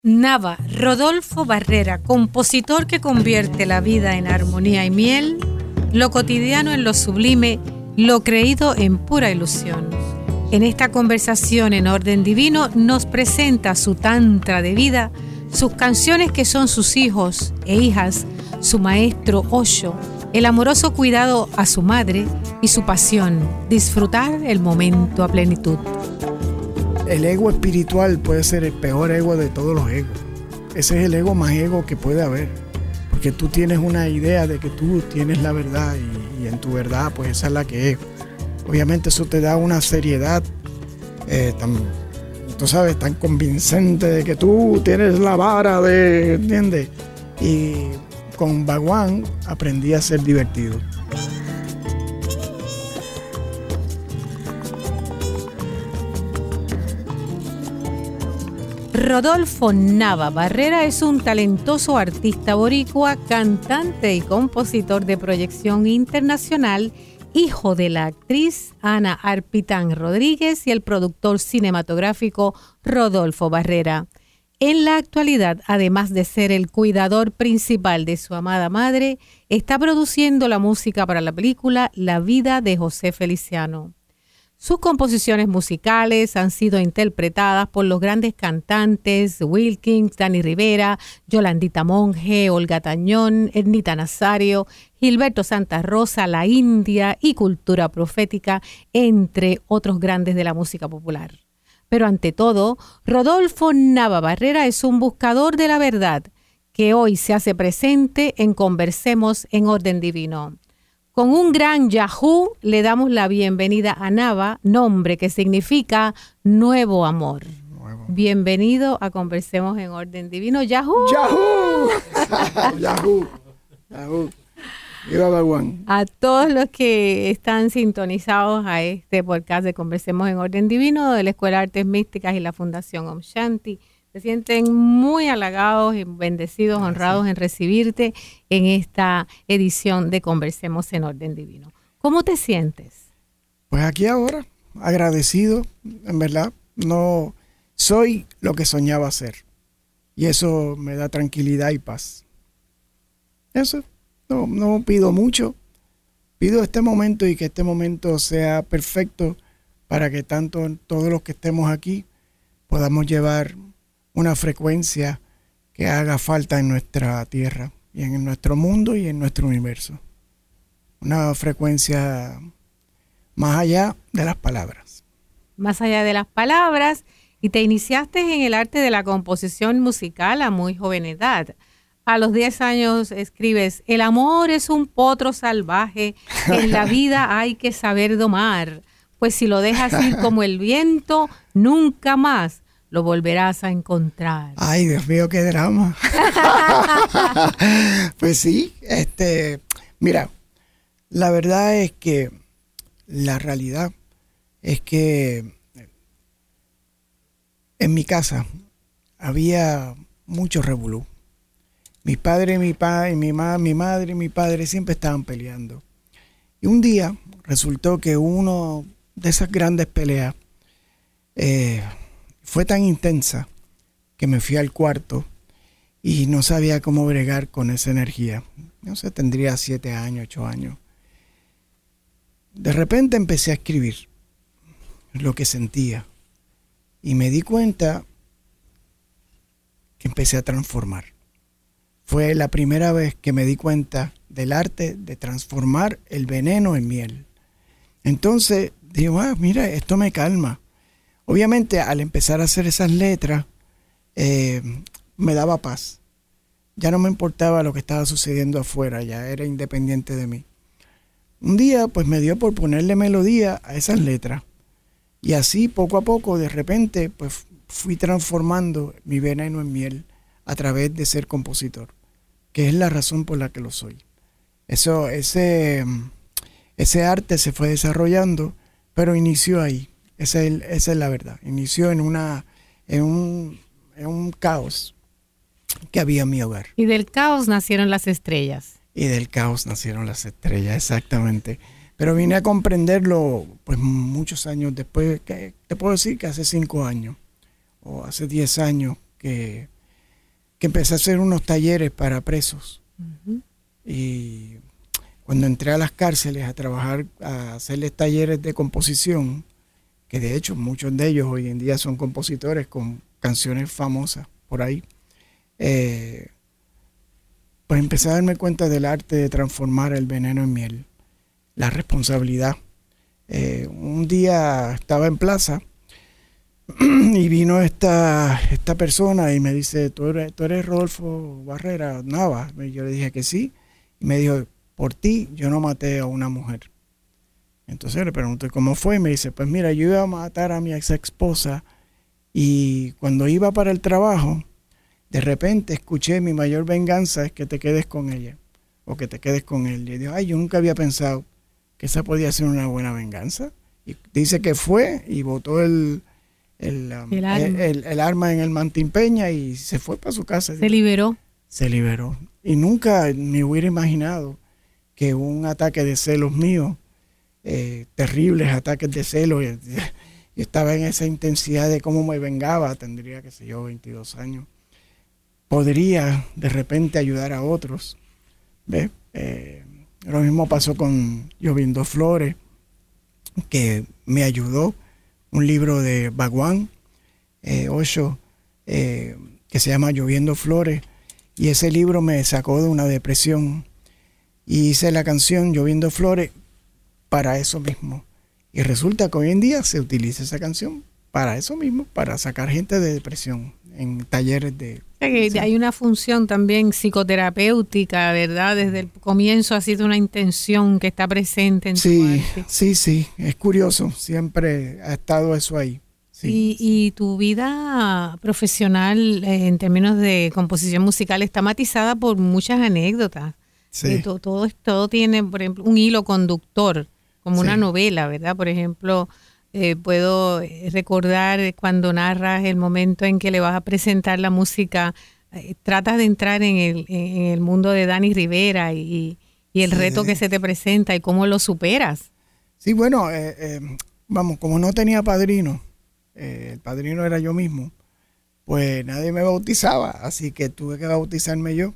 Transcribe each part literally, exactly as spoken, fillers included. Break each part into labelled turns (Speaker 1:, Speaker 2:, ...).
Speaker 1: Nava, Rodolfo Barrera, compositor que convierte la vida en armonía y miel, lo cotidiano en lo sublime, lo creído en pura ilusión. En esta conversación en orden divino nos presenta su tantra de vida, sus canciones que son sus hijos e hijas, su maestro Osho, el amoroso cuidado a su madre y su pasión, disfrutar el momento a plenitud.
Speaker 2: El ego espiritual puede ser el peor ego de todos los egos. Ese es el ego más ego que puede haber. Porque tú tienes una idea de que tú tienes la verdad y, y en tu verdad pues esa es la que es. Obviamente eso te da una seriedad eh, tan, tú sabes, tan convincente de que tú tienes la vara de, ¿entiendes? Y con Bhagwan aprendí a ser divertido.
Speaker 1: Rodolfo Nava Barrera es un talentoso artista boricua, cantante y compositor de proyección internacional, hijo de la actriz Ana Arpitán Rodríguez y el productor cinematográfico Rodolfo Barrera. En la actualidad, además de ser el cuidador principal de su amada madre, está produciendo la música para la película La vida de José Feliciano. Sus composiciones musicales han sido interpretadas por los grandes cantantes Wilkins, Dani Rivera, Yolandita Monge, Olga Tañón, Ernita Nazario, Gilberto Santa Rosa, La India y Cultura Profética, entre otros grandes de la música popular. Pero ante todo, Rodolfo Nava Barrera es un buscador de la verdad que hoy se hace presente en Conversemos en Orden Divino. Con un gran Yahoo le damos la bienvenida a Nava, nombre que significa nuevo amor. Nuevo. Bienvenido a Conversemos en Orden Divino, Yahoo.
Speaker 2: Yahoo. Yahoo. Yahoo. Viva Bhagwan.
Speaker 1: A todos los que están sintonizados a este podcast de Conversemos en Orden Divino de la Escuela de Artes Místicas y la Fundación Om Shanti. Se sienten muy halagados y bendecidos, Gracias. honrados en recibirte en esta edición de Conversemos en Orden Divino. ¿Cómo te sientes?
Speaker 2: Pues aquí ahora, agradecido, en verdad. No soy lo que soñaba ser. Y eso me da tranquilidad y paz. Eso, no, no pido mucho. Pido este momento y que este momento sea perfecto para que tanto todos los que estemos aquí podamos llevar una frecuencia que haga falta en nuestra tierra y en nuestro mundo y en nuestro universo. Una frecuencia más allá de las palabras.
Speaker 1: Más allá de las palabras, y te iniciaste en el arte de la composición musical a muy joven edad. A los diez años escribes: el amor es un potro salvaje, en la vida hay que saber domar, pues si lo dejas ir como el viento, nunca más lo volverás a encontrar.
Speaker 2: Ay, Dios mío, qué drama. Pues sí, este, mira, la verdad es que la realidad es que en mi casa había mucho revolú. Mi padre, mi padre, mi, ma, mi madre y mi padre siempre estaban peleando. Y un día resultó que uno de esas grandes peleas eh, fue tan intensa que me fui al cuarto y no sabía cómo bregar con esa energía. No sé, tendría siete años, ocho años. De repente empecé a escribir lo que sentía y me di cuenta que empecé a transformar. Fue la primera vez que me di cuenta del arte de transformar el veneno en miel. Entonces digo, ah, mira, esto me calma. Obviamente, al empezar a hacer esas letras, eh, me daba paz. Ya no me importaba lo que estaba sucediendo afuera, ya era independiente de mí. Un día, pues me dio por ponerle melodía a esas letras. Y así, poco a poco, de repente, pues fui transformando mi veneno en miel a través de ser compositor, que es la razón por la que lo soy. Eso, ese, ese arte se fue desarrollando, pero inició ahí. Esa es, esa es la verdad. Inició en, una, en, un, en un caos que había en mi hogar.
Speaker 1: Y del caos nacieron las estrellas.
Speaker 2: Y del caos nacieron las estrellas, exactamente. Pero vine a comprenderlo pues muchos años después. Que, te puedo decir que hace cinco años o hace diez años que que empecé a hacer unos talleres para presos. Uh-huh. Y cuando entré a las cárceles a trabajar, a hacerles talleres de composición, que de hecho muchos de ellos hoy en día son compositores con canciones famosas por ahí, eh, pues empecé a darme cuenta del arte de transformar el veneno en miel, la responsabilidad. Eh, un día estaba en plaza y vino esta, esta persona y me dice, ¿tú eres, tú eres Rodolfo Barrera Nava? Y yo le dije que sí. Y me dijo, por ti yo no maté a una mujer. Entonces le pregunté cómo fue y me dice, pues mira, yo iba a matar a mi ex esposa y cuando iba para el trabajo, de repente escuché mi mayor venganza es que te quedes con ella o que te quedes con él. Y dijo, ay, yo nunca había pensado que esa podía ser una buena venganza. Y dice que fue y botó el, el, um, el, arma. El, el, el arma en el Mantimpeña y se fue para su casa.
Speaker 1: Se liberó.
Speaker 2: Se liberó. Y nunca me hubiera imaginado que un ataque de celos mío, eh, terribles ataques de celos, y, y estaba en esa intensidad de cómo me vengaba, tendría, qué sé yo, veintidós años, podría de repente ayudar a otros. ¿Ves? Eh, lo mismo pasó con Lloviendo Flores, que me ayudó, un libro de Bhagwan eh, Osho, eh, que se llama Lloviendo Flores, y ese libro me sacó de una depresión y hice la canción Lloviendo Flores para eso mismo. Y resulta que hoy en día se utiliza esa canción para eso mismo, para sacar gente de depresión en talleres de...
Speaker 1: Sí, sí. Hay una función también psicoterapéutica, ¿verdad? Desde el comienzo ha sido una intención que está presente en
Speaker 2: sí,
Speaker 1: tu arte.
Speaker 2: Sí, sí, es curioso, siempre ha estado eso ahí. Sí.
Speaker 1: Y, y tu vida profesional eh, en términos de composición musical está matizada por muchas anécdotas.
Speaker 2: Sí.
Speaker 1: Eh, todo, todo, todo tiene, por ejemplo, un hilo conductor, como
Speaker 2: sí.
Speaker 1: una novela, ¿verdad? Por ejemplo, eh, puedo recordar cuando narras el momento en que le vas a presentar la música, eh, tratas de entrar en el, en el mundo de Dani Rivera y, y el sí. reto que se te presenta y cómo lo superas.
Speaker 2: Sí, bueno, eh, eh, vamos, como no tenía padrino, eh, el padrino era yo mismo, pues nadie me bautizaba, así que tuve que bautizarme yo.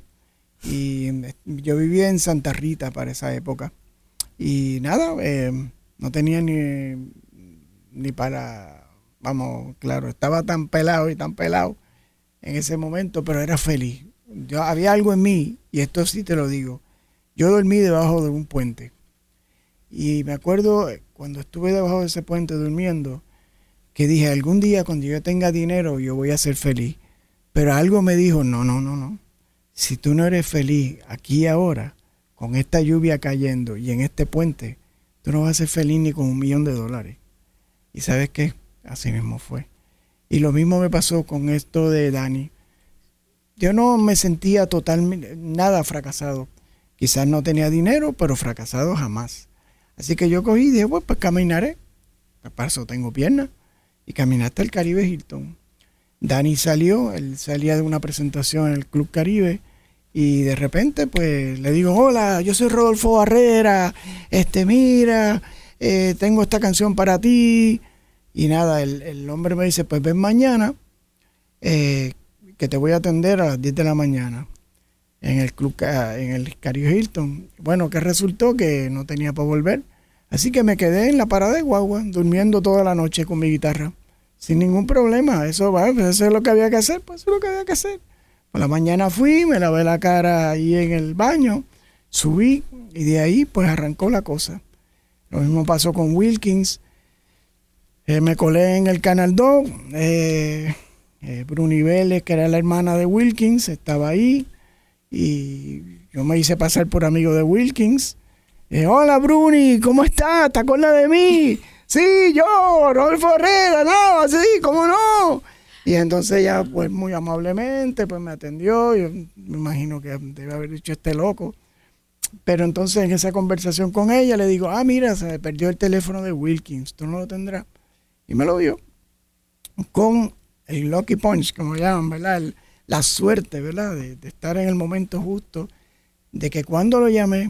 Speaker 2: Y yo vivía en Santa Rita para esa época. Y nada, eh, no tenía ni, ni para, vamos, claro, estaba tan pelado y tan pelado en ese momento, pero era feliz. Yo, había algo en mí, y esto sí te lo digo, yo dormí debajo de un puente. Y me acuerdo cuando estuve debajo de ese puente durmiendo, que dije, algún día cuando yo tenga dinero yo voy a ser feliz. Pero algo me dijo, no, no, no, no. Si tú no eres feliz aquí y ahora, con esta lluvia cayendo y en este puente, tú no vas a ser feliz ni con un millón de dólares. ¿Y sabes qué? Así mismo fue. Y lo mismo me pasó con esto de Dani. Yo no me sentía totalmente, nada fracasado. Quizás no tenía dinero, pero fracasado jamás. Así que yo cogí y dije, pues, pues caminaré. Pues para eso tengo piernas. Y caminé hasta el Caribe Hilton. Dani salió, él salía de una presentación en el Club Caribe y de repente pues le digo, hola, yo soy Rodolfo Barrera, este mira, eh, tengo esta canción para ti. Y nada, el, el hombre me dice, pues ven mañana, eh, que te voy a atender a las diez de la mañana en el Club, en el Caribe Hilton. Bueno, que resultó que no tenía para volver, así que me quedé en la parada de guagua, durmiendo toda la noche con mi guitarra. Sin ningún problema, eso, bueno, pues eso es lo que había que hacer, pues eso es lo que había que hacer. Por la mañana fui, me lavé la cara ahí en el baño, subí y de ahí pues arrancó la cosa. Lo mismo pasó con Wilkins, eh, me colé en el Canal dos, eh, eh, Bruni Vélez, que era la hermana de Wilkins, estaba ahí y yo me hice pasar por amigo de Wilkins. Eh, Hola Bruni, ¿cómo estás? ¿Te acuerdas de mí? Sí, yo, Rodolfo Herrera, no, sí, ¿cómo no? Y entonces ella, pues muy amablemente, pues me atendió. Yo me imagino que debe haber dicho este loco. Pero entonces en esa conversación con ella le digo, ah, mira, se me perdió el teléfono de Wilkins, ¿tú no lo tendrás? Y me lo dio. Con el lucky punch, como llaman, ¿verdad? El, la suerte, ¿verdad? De, de estar en el momento justo, de que cuando lo llamé,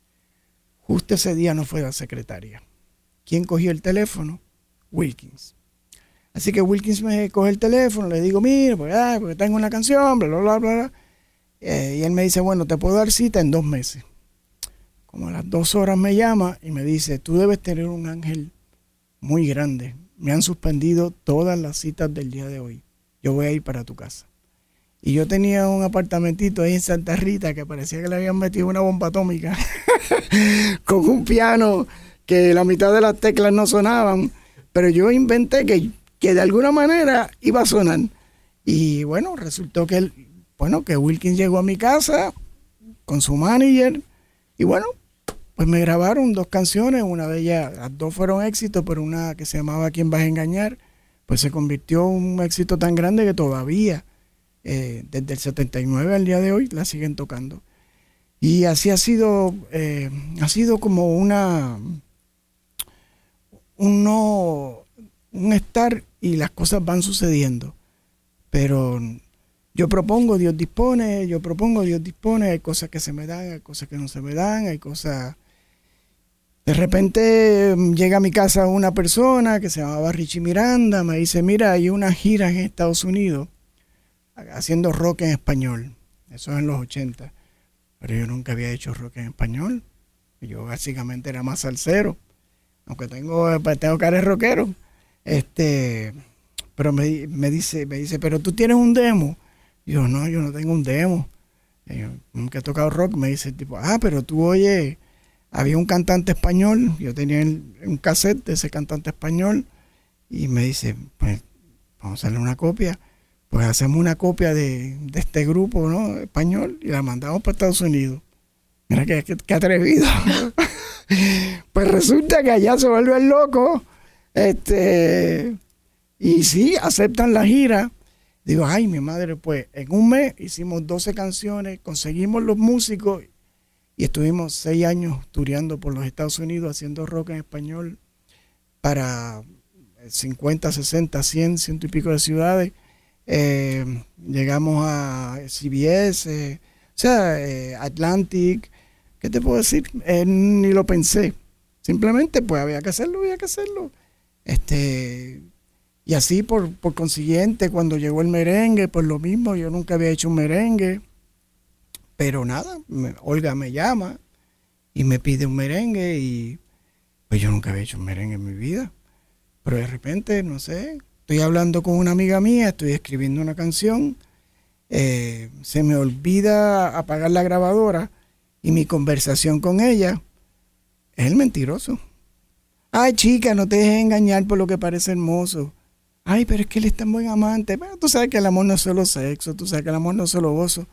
Speaker 2: justo ese día no fue la secretaria. ¿Quién cogió el teléfono? Wilkins. Así que Wilkins me coge el teléfono, le digo, mira, pues, ah, porque tengo una canción, bla, bla, bla, bla. Eh, y él me dice, bueno, te puedo dar cita en dos meses. Como a las dos horas me llama y me dice, tú debes tener un ángel muy grande. Me han suspendido todas las citas del día de hoy. Yo voy a ir para tu casa. Y yo tenía un apartamentito ahí en Santa Rita que parecía que le habían metido una bomba atómica con un piano que la mitad de las teclas no sonaban, pero yo inventé que, que de alguna manera iba a sonar. Y bueno, resultó que, él, bueno, que Wilkins llegó a mi casa con su manager y bueno, pues me grabaron dos canciones, una de ellas, las dos fueron éxitos, pero una que se llamaba ¿Quién vas a engañar? Pues se convirtió en un éxito tan grande que todavía, eh, desde el setenta y nueve al día de hoy, la siguen tocando. Y así ha sido, eh, ha sido como una, un no, un estar y las cosas van sucediendo. Pero yo propongo, Dios dispone, yo propongo, Dios dispone, hay cosas que se me dan, hay cosas que no se me dan, hay cosas... De repente llega a mi casa una persona que se llamaba Richie Miranda, me dice, mira, hay una gira en Estados Unidos haciendo rock en español. Eso es en los ochenta. Pero yo nunca había hecho rock en español. Yo básicamente era más salsero, aunque tengo, tengo cara de rockero. Este, pero me, me, dice, me dice, pero tú tienes un demo. Y yo, no, yo no tengo un demo. Yo nunca he tocado rock. Me dice el tipo, ah, pero tú oyes... Había un cantante español, yo tenía un cassette de ese cantante español y me dice, pues vamos a hacerle una copia, pues hacemos una copia de, de este grupo, ¿no? Español y la mandamos para Estados Unidos. Mira qué, qué, qué atrevido. Pues resulta que allá se vuelve el loco, este, y sí, aceptan la gira. Digo, ay, mi madre, pues en un mes hicimos doce canciones, conseguimos los músicos. Y estuvimos seis años tureando por los Estados Unidos haciendo rock en español para cincuenta, sesenta, cien, ciento y pico de ciudades. Eh, llegamos a C B S, eh, o sea, eh, Atlantic. ¿Qué te puedo decir? Eh, ni lo pensé. Simplemente pues había que hacerlo, había que hacerlo. Este, y así por, por consiguiente, cuando llegó el merengue, pues lo mismo, yo nunca había hecho un merengue. Pero nada, me, Olga me llama y me pide un merengue y pues yo nunca había hecho un merengue en mi vida. Pero de repente, no sé, estoy hablando con una amiga mía, estoy escribiendo una canción, eh, se me olvida apagar la grabadora y mi conversación con ella es el mentiroso. Ay, chica, no te dejes engañar por lo que parece hermoso. Ay, pero es que él es tan buen amante. Pero tú sabes que el amor no es solo sexo, tú sabes que el amor no es solo gozo.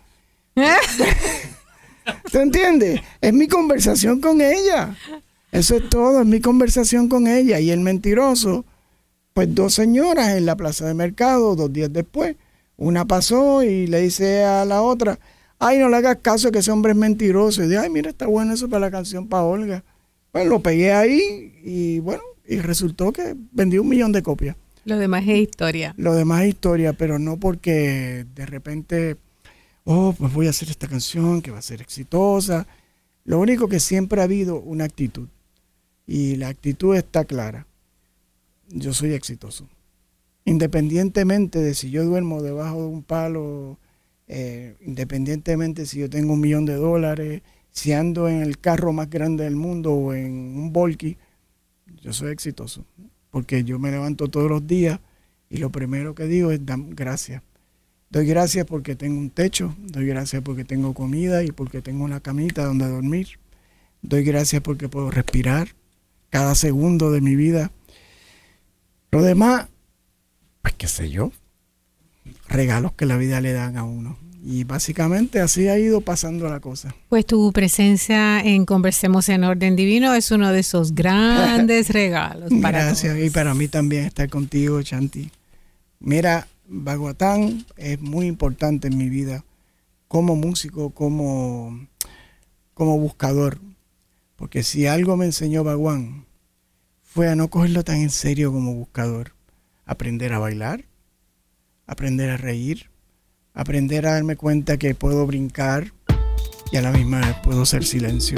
Speaker 2: ¿Te entiendes? Es mi conversación con ella. Eso es todo, es mi conversación con ella. Y el mentiroso, pues dos señoras en la plaza de mercado, dos días después, una pasó y le dice a la otra, ay, no le hagas caso que ese hombre es mentiroso. Y dice, ay, mira, está bueno eso para la canción para Olga. Bueno, lo pegué ahí y bueno, y resultó que vendí un millón de copias.
Speaker 1: Lo demás es historia.
Speaker 2: Lo demás es historia, pero no porque de repente... oh, pues voy a hacer esta canción que va a ser exitosa. Lo único que siempre ha habido una actitud. Y la actitud está clara. Yo soy exitoso. Independientemente de si yo duermo debajo de un palo, eh, independientemente si yo tengo un millón de dólares, si ando en el carro más grande del mundo o en un Volky, yo soy exitoso. Porque yo me levanto todos los días y lo primero que digo es dar gracias. Doy gracias porque tengo un techo, doy gracias porque tengo comida y porque tengo una camita donde dormir. Doy gracias porque puedo respirar cada segundo de mi vida. Lo demás, pues qué sé yo, regalos que la vida le dan a uno. Y básicamente así ha ido pasando la cosa.
Speaker 1: Pues tu presencia en Conversemos en Orden Divino es uno de esos grandes regalos para
Speaker 2: Gracias,
Speaker 1: todos.
Speaker 2: Y para mí también estar contigo, Chanti. Mira, Baguatán es muy importante en mi vida como músico, como, como buscador, porque si algo me enseñó Baguán fue a no cogerlo tan en serio como buscador, aprender a bailar, aprender a reír, aprender a darme cuenta que puedo brincar y a la misma vez puedo hacer silencio.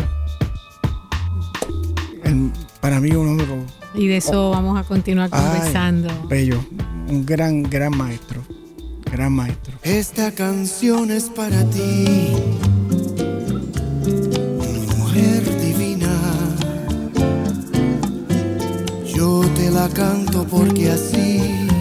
Speaker 2: El, para mí uno de los...
Speaker 1: Y de eso oh, vamos a continuar conversando.
Speaker 2: Ay, bello. un gran, gran maestro, gran maestro.
Speaker 3: Esta canción es para ti, mujer divina. Yo te la canto porque así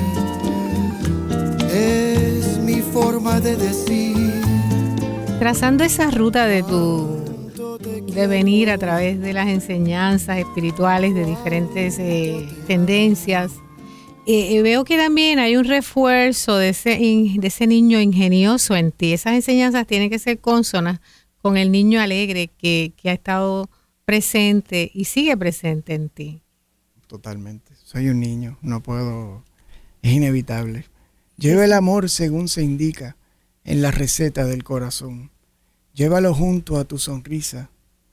Speaker 3: es mi forma de decir.
Speaker 1: Trazando esa ruta de tu devenir a través de las enseñanzas espirituales de diferentes eh, tendencias, eh, veo que también hay un refuerzo de ese, de ese niño ingenioso en ti. Esas enseñanzas tienen que ser cónsonas con el niño alegre que, que ha estado presente y sigue presente en ti.
Speaker 2: Totalmente. Soy un niño, no puedo, es inevitable. Lleva el amor según se indica en la receta del corazón. Llévalo junto a tu sonrisa.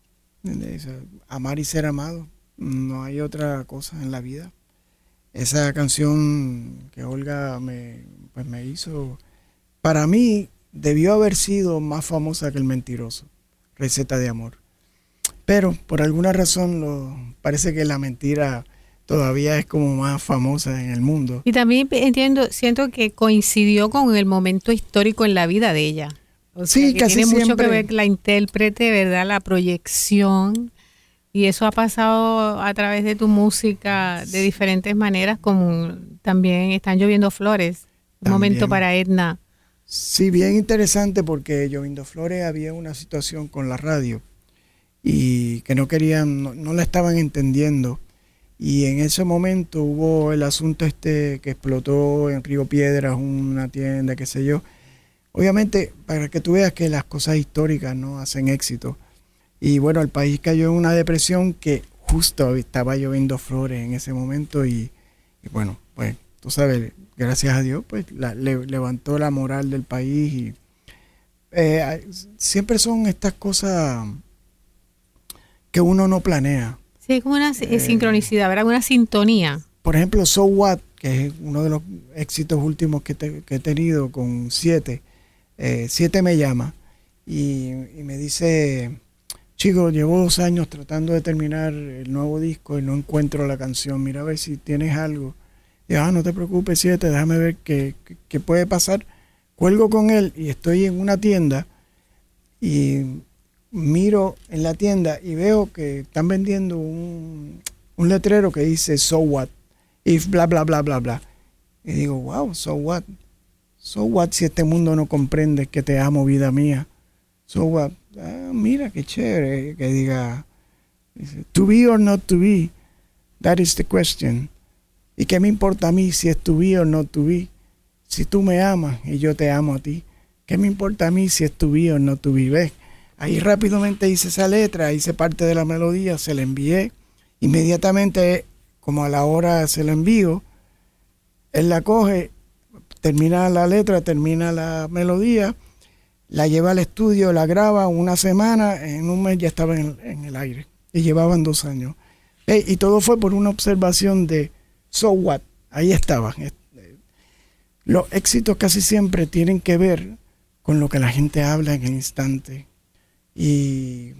Speaker 2: Amar y ser amado. No hay otra cosa en la vida. Esa canción que Olga me, pues me hizo, para mí debió haber sido más famosa que El Mentiroso, Receta de Amor. Pero por alguna razón lo, parece que la mentira todavía es como más famosa en el mundo.
Speaker 1: Y también entiendo, siento que coincidió con el momento histórico en la vida de ella. O sea,
Speaker 2: sí,
Speaker 1: que
Speaker 2: casi
Speaker 1: tiene
Speaker 2: siempre.
Speaker 1: mucho que ver la intérprete, ¿verdad? La proyección. Y eso ha pasado a través de tu música de diferentes maneras, como también Están lloviendo flores. Un
Speaker 2: También.
Speaker 1: Momento para Edna.
Speaker 2: Sí, bien interesante porque Lloviendo Flores había una situación con la radio y que no querían, no, no la estaban entendiendo. Y en ese momento hubo el asunto este que explotó en Río Piedras, una tienda, qué sé yo. Obviamente, para que tú veas que las cosas históricas no hacen éxito. Y bueno, el país cayó en una depresión que justo estaba lloviendo flores en ese momento y, y bueno, pues tú sabes, gracias a Dios, pues la, le, levantó la moral del país y eh, siempre son estas cosas que uno no planea.
Speaker 1: Sí, es como una eh, sincronicidad, ¿verdad? Una sintonía.
Speaker 2: Por ejemplo, So What, que es uno de los éxitos últimos que, te, que he tenido con Siete. Eh, Siete me llama y, y me dice, chico, llevo dos años tratando de terminar el nuevo disco y no encuentro la canción. Mira a ver si tienes algo. Y yo, ah, no te preocupes, Siete, déjame ver qué, qué, qué puede pasar. Cuelgo con él y estoy en una tienda y miro en la tienda y veo que están vendiendo un, un letrero que dice So What, if bla bla bla bla bla. Y digo, wow, so what? So what si este mundo no comprende que te amo, vida mía? So what? Ah, mira qué chévere que diga to be or not to be, that is the question. ¿Y qué me importa a mí si es to be or not to be? Si tú me amas y yo te amo a ti, ¿qué me importa a mí si es to be or not to be? ¿Ves? Ahí rápidamente hice esa letra, hice parte de la melodía, se la envié. Inmediatamente, como a la hora se la envío, él la coge, termina la letra, termina la melodía, la lleva al estudio, la graba una semana, en un mes ya estaba en el, en el aire. Y llevaban dos años. Eh, y todo fue por una observación de So What, ahí estaba. Los éxitos casi siempre tienen que ver con lo que la gente habla en el instante. Y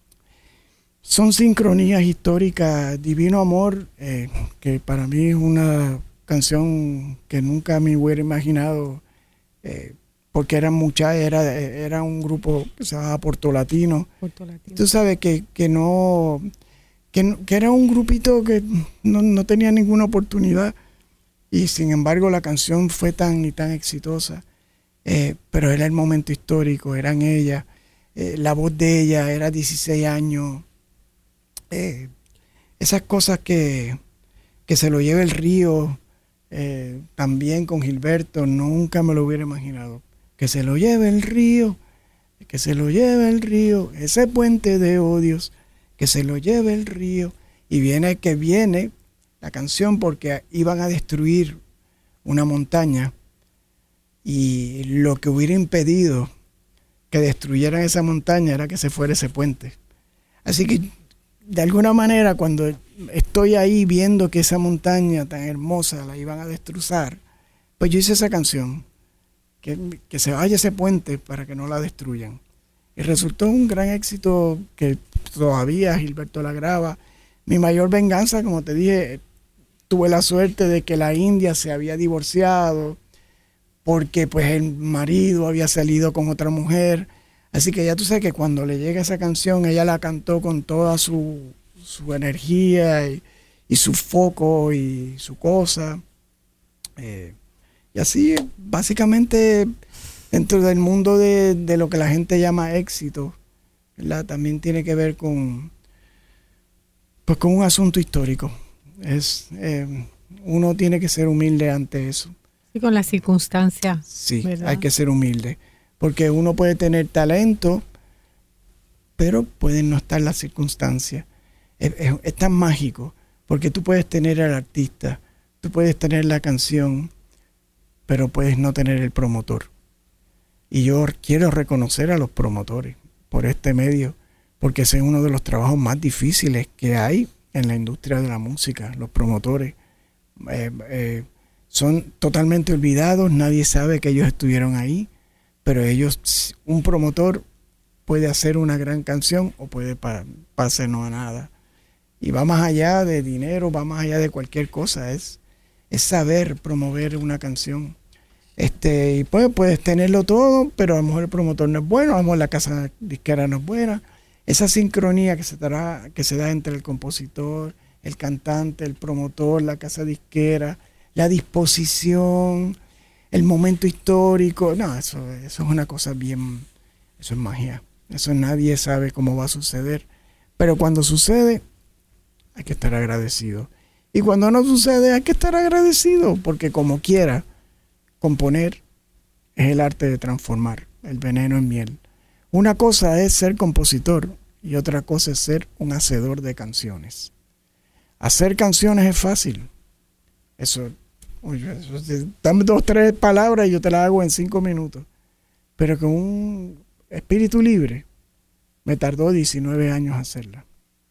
Speaker 2: son sincronías históricas. Divino Amor, eh, que para mí es una canción que nunca me hubiera imaginado, eh, porque eran muchas, era, era un grupo que se llamaba Puerto Latino. Puerto Latino. Tú sabes que, que no, que, que era un grupito que no, no tenía ninguna oportunidad y sin embargo la canción fue tan y tan exitosa, eh, pero era el momento histórico, eran ellas, eh, la voz de ella era dieciséis años, eh, esas cosas que, que se lo lleva el río. Eh, también con Gilberto, nunca me lo hubiera imaginado. Que se lo lleve el río, que se lo lleve el río, ese puente de odios, que se lo lleve el río. Y viene que viene la canción porque iban a destruir una montaña y lo que hubiera impedido que destruyeran esa montaña era que se fuera ese puente. Así que de alguna manera cuando estoy ahí viendo que esa montaña tan hermosa la iban a destrozar, pues yo hice esa canción, que, que se vaya ese puente para que no la destruyan. Y resultó un gran éxito que todavía Gilberto la graba. Mi mayor venganza, como te dije, tuve la suerte de que la india se había divorciado porque pues el marido había salido con otra mujer. Así que ya tú sabes que cuando le llega esa canción, ella la cantó con toda su, su energía y, y su foco y su cosa. Eh, y así, básicamente, dentro del mundo de, de lo que la gente llama éxito, ¿verdad? También tiene que ver con, pues, con un asunto histórico. Es, eh, uno tiene que ser humilde ante eso.
Speaker 1: Sí, con las circunstancias.
Speaker 2: Sí,
Speaker 1: ¿verdad?
Speaker 2: hay que ser humilde. Porque uno puede tener talento, pero pueden no estar las circunstancias. Es, es, es tan mágico, porque tú puedes tener al artista, tú puedes tener la canción, pero puedes no tener el promotor. Y yo quiero reconocer a los promotores por este medio, porque ese es uno de los trabajos más difíciles que hay en la industria de la música. Los promotores eh, eh, son totalmente olvidados, nadie sabe que ellos estuvieron ahí. Pero ellos, un promotor puede hacer una gran canción o puede pasar no a nada. Y va más allá de dinero, va más allá de cualquier cosa. Es, es saber promover una canción. Este, y pues puedes tenerlo todo, pero a lo mejor el promotor no es bueno, a lo mejor la casa disquera no es buena. Esa sincronía que se dará, que se da entre el compositor, el cantante, el promotor, la casa disquera, la disposición, el momento histórico, no, eso, eso es una cosa bien, eso es magia. Eso nadie sabe cómo va a suceder. Pero cuando sucede, hay que estar agradecido. Y cuando no sucede, hay que estar agradecido, porque como quiera, componer es el arte de transformar el veneno en miel. Una cosa es ser compositor y otra cosa es ser un hacedor de canciones. Hacer canciones es fácil. Eso Oye, dame dos, tres palabras y yo te la hago en cinco minutos. Pero con un espíritu libre, me tardó diecinueve años hacerla.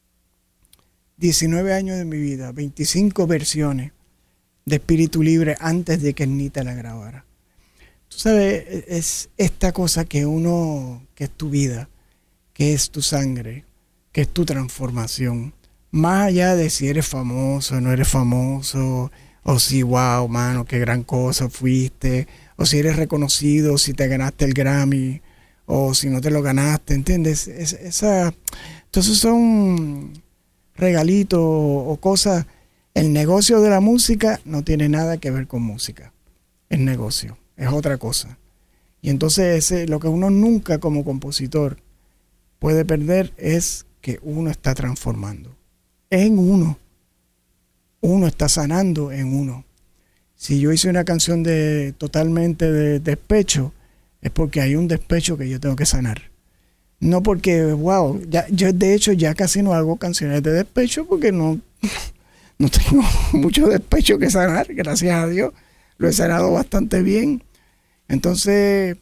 Speaker 2: diecinueve años de mi vida, veinticinco versiones de espíritu libre antes de que Nita la grabara. Tú sabes, es esta cosa que uno, que es tu vida, que es tu sangre, que es tu transformación. Más allá de si eres famoso o no eres famoso, o si, wow, mano, qué gran cosa fuiste, o si eres reconocido, si te ganaste el Grammy, o si no te lo ganaste, ¿entiendes? Es, esa, entonces son regalitos o cosas. El negocio de la música no tiene nada que ver con música. Es negocio, es otra cosa. Y entonces ese, lo que uno nunca como compositor puede perder es que uno está transformando en uno. Uno está sanando en uno. Si yo hice una canción de totalmente de despecho, es porque hay un despecho que yo tengo que sanar. No porque, wow, ya, yo de hecho ya casi no hago canciones de despecho porque no, no tengo mucho despecho que sanar, gracias a Dios. Lo he sanado bastante bien. Entonces,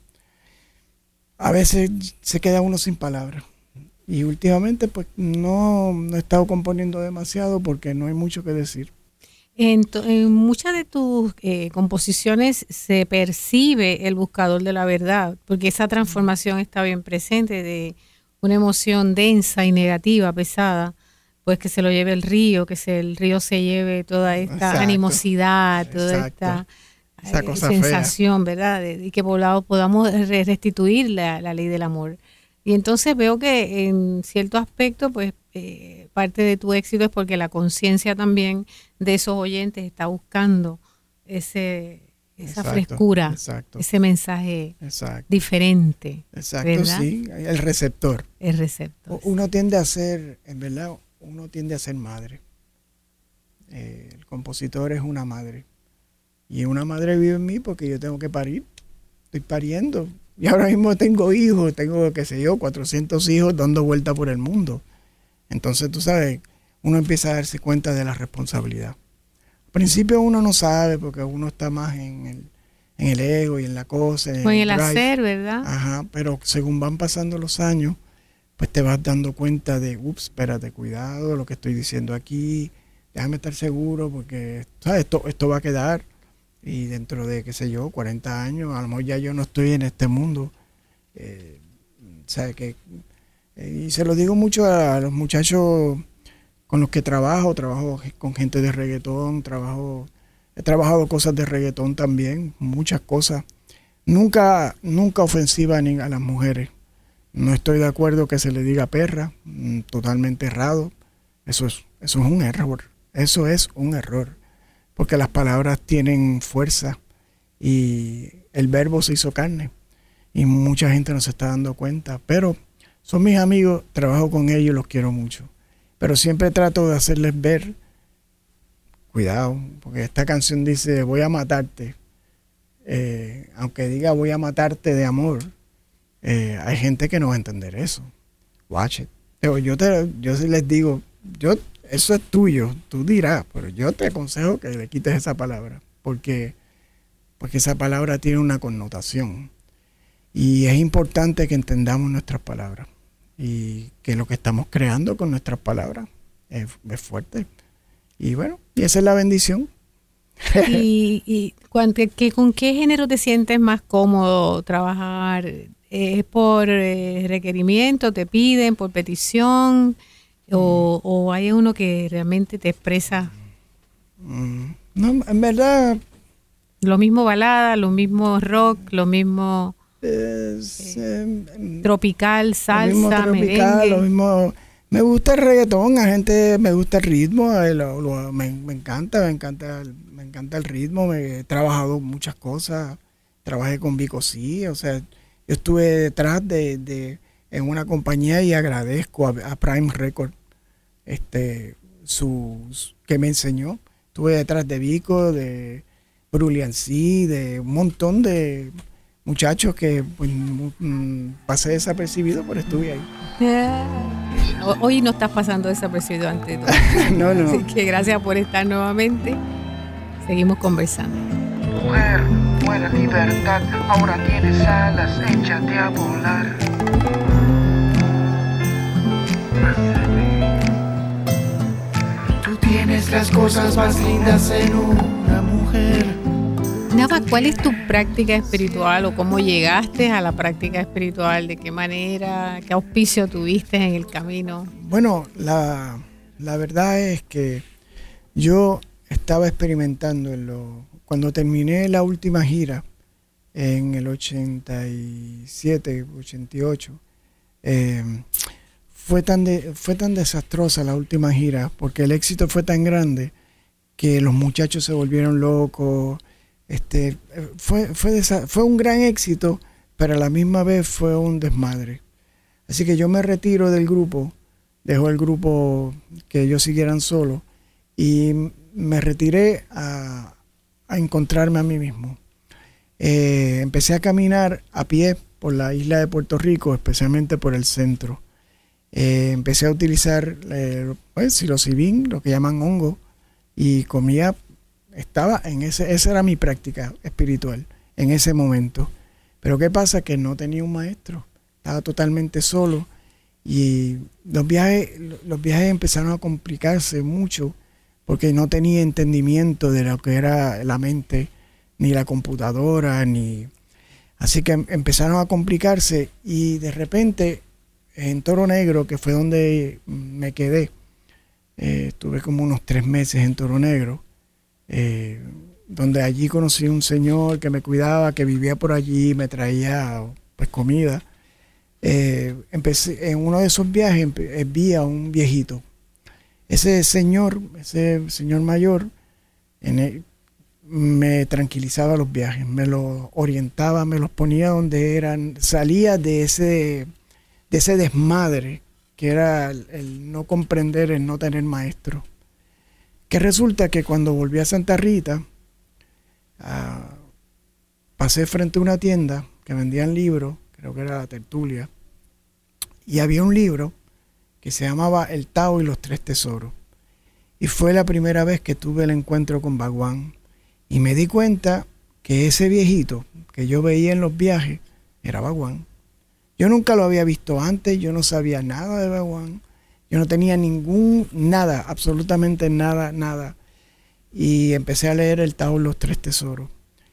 Speaker 2: a veces se queda uno sin palabras. Y últimamente pues no, no he estado componiendo demasiado porque no hay mucho que decir.
Speaker 1: En, to, en muchas de tus eh, composiciones se percibe el buscador de la verdad, porque esa transformación está bien presente de una emoción densa y negativa, pesada, pues que se lo lleve el río, que se, el río se lleve toda esta exacto, animosidad, toda
Speaker 2: exacto.
Speaker 1: esta
Speaker 2: Esa cosa
Speaker 1: eh, sensación,
Speaker 2: fea.
Speaker 1: ¿verdad? De, de que poblado podamos restituir la, la ley del amor. Y entonces veo que en cierto aspecto, pues, eh, parte de tu éxito es porque la conciencia también de esos oyentes está buscando ese, esa exacto, frescura, exacto. ese mensaje exacto. diferente.
Speaker 2: Exacto,
Speaker 1: ¿verdad?
Speaker 2: Sí, el receptor.
Speaker 1: El receptor.
Speaker 2: Uno tiende a ser, en verdad, uno tiende a ser madre. Eh, el compositor es una madre. Y una madre vive en mí porque yo tengo que parir. Estoy pariendo. Y ahora mismo tengo hijos, tengo, qué sé yo, cuatrocientos hijos dando vuelta por el mundo. Entonces, tú sabes, uno empieza a darse cuenta de la responsabilidad. Al principio uno no sabe porque uno está más en el, en el ego y en la cosa. En
Speaker 1: o en el,
Speaker 2: el
Speaker 1: hacer, ¿verdad?
Speaker 2: Ajá, pero según van pasando los años, pues te vas dando cuenta de, ups, espérate, cuidado, lo que estoy diciendo aquí, déjame estar seguro porque, ¿sabes? Esto, esto va a quedar. Y dentro de, qué sé yo, cuarenta años, a lo mejor ya yo no estoy en este mundo. Eh, ¿sabes? Que, eh, y se lo digo mucho a los muchachos con los que trabajo, trabajo con gente de reggaetón, trabajo, he trabajado cosas de reggaetón también, muchas cosas. Nunca, nunca ofensiva ni a las mujeres. No estoy de acuerdo que se le diga perra, totalmente errado. Eso es, eso es un error, eso es un error, porque las palabras tienen fuerza y el verbo se hizo carne y mucha gente no se está dando cuenta, pero son mis amigos, trabajo con ellos, los quiero mucho, pero siempre trato de hacerles ver, cuidado, porque esta canción dice voy a matarte, eh, aunque diga voy a matarte de amor, eh, hay gente que no va a entender eso. Watch it. Pero yo, te, yo sí les digo, yo, eso es tuyo, tú dirás, pero yo te aconsejo que le quites esa palabra, porque, porque esa palabra tiene una connotación y es importante que entendamos nuestras palabras y que lo que estamos creando con nuestras palabras es, es fuerte. Y bueno, y esa es la bendición.
Speaker 1: ¿Y, y cuánto, que, con qué género te sientes más cómodo trabajar? ¿Es por eh, requerimiento, te piden, por petición? O, ¿O hay uno que realmente te expresa?
Speaker 2: Mm, no, en verdad...
Speaker 1: Lo mismo balada, lo mismo rock, lo mismo
Speaker 2: es,
Speaker 1: eh,
Speaker 2: eh,
Speaker 1: tropical, salsa,
Speaker 2: lo mismo tropical,
Speaker 1: merengue.
Speaker 2: Lo mismo, me gusta el reggaetón, a gente me gusta el ritmo, eh, lo, lo, me, me encanta, me encanta, me encanta el ritmo, me, he trabajado muchas cosas, trabajé con Vico C, o sea, yo estuve detrás de, de en una compañía y agradezco a, a Prime Record este su, su que me enseñó. Estuve detrás de Vico, de Brulian C, de un montón de muchachos que pues, mm, pasé desapercibido, pero estuve ahí.
Speaker 1: Hoy no estás pasando desapercibido ante todo.
Speaker 2: No, no.
Speaker 1: Así que gracias por estar nuevamente. Seguimos conversando.
Speaker 3: Mujer, buena libertad, ahora tienes alas, échate a volar. Tú tienes las cosas más lindas en una mujer.
Speaker 1: Nava, ¿cuál es tu práctica espiritual o cómo llegaste a la práctica espiritual? ¿De qué manera? ¿Qué auspicio tuviste en el camino?
Speaker 2: Bueno, la, la verdad es que yo estaba experimentando en lo, cuando terminé la última gira en el ochenta y siete, ochenta y ocho, eh, fue tan de, fue tan desastrosa la última gira porque el éxito fue tan grande que los muchachos se volvieron locos. Este, fue, fue, desa- fue un gran éxito, pero a la misma vez fue un desmadre. Así que yo me retiro del grupo, dejo el grupo que ellos siguieran solo y me retiré a, a encontrarme a mí mismo. Eh, empecé a caminar a pie por la isla de Puerto Rico, especialmente por el centro. Eh, empecé a utilizar eh, pues, psilocibin, lo que llaman hongo, y comía. Estaba en ese, esa era mi práctica espiritual en ese momento. Pero ¿qué pasa? Que no tenía un maestro, estaba totalmente solo y los viajes, los viajes empezaron a complicarse mucho porque no tenía entendimiento de lo que era la mente, ni la computadora, ni... Así que empezaron a complicarse y de repente en Toro Negro, que fue donde me quedé, eh, estuve como unos tres meses en Toro Negro, Eh, donde allí conocí a un señor que me cuidaba, que vivía por allí, me traía pues comida. Eh, empecé, en uno de esos viajes empe- vi a un viejito. Ese señor, ese señor mayor, en el, me tranquilizaba los viajes, me los orientaba, me los ponía donde eran, salía de ese, de ese desmadre que era el, el no comprender, el no tener maestro. Que resulta que cuando volví a Santa Rita, uh, pasé frente a una tienda que vendían libros, creo que era La Tertulia, y había un libro que se llamaba El Tao y los Tres Tesoros. Y fue la primera vez que tuve el encuentro con Bhagwan. Y me di cuenta que ese viejito que yo veía en los viajes era Bhagwan. Yo nunca lo había visto antes, yo no sabía nada de Bhagwan. Yo no tenía ningún, nada, absolutamente nada, nada. Y empecé a leer el Tao, los Tres Tesoros.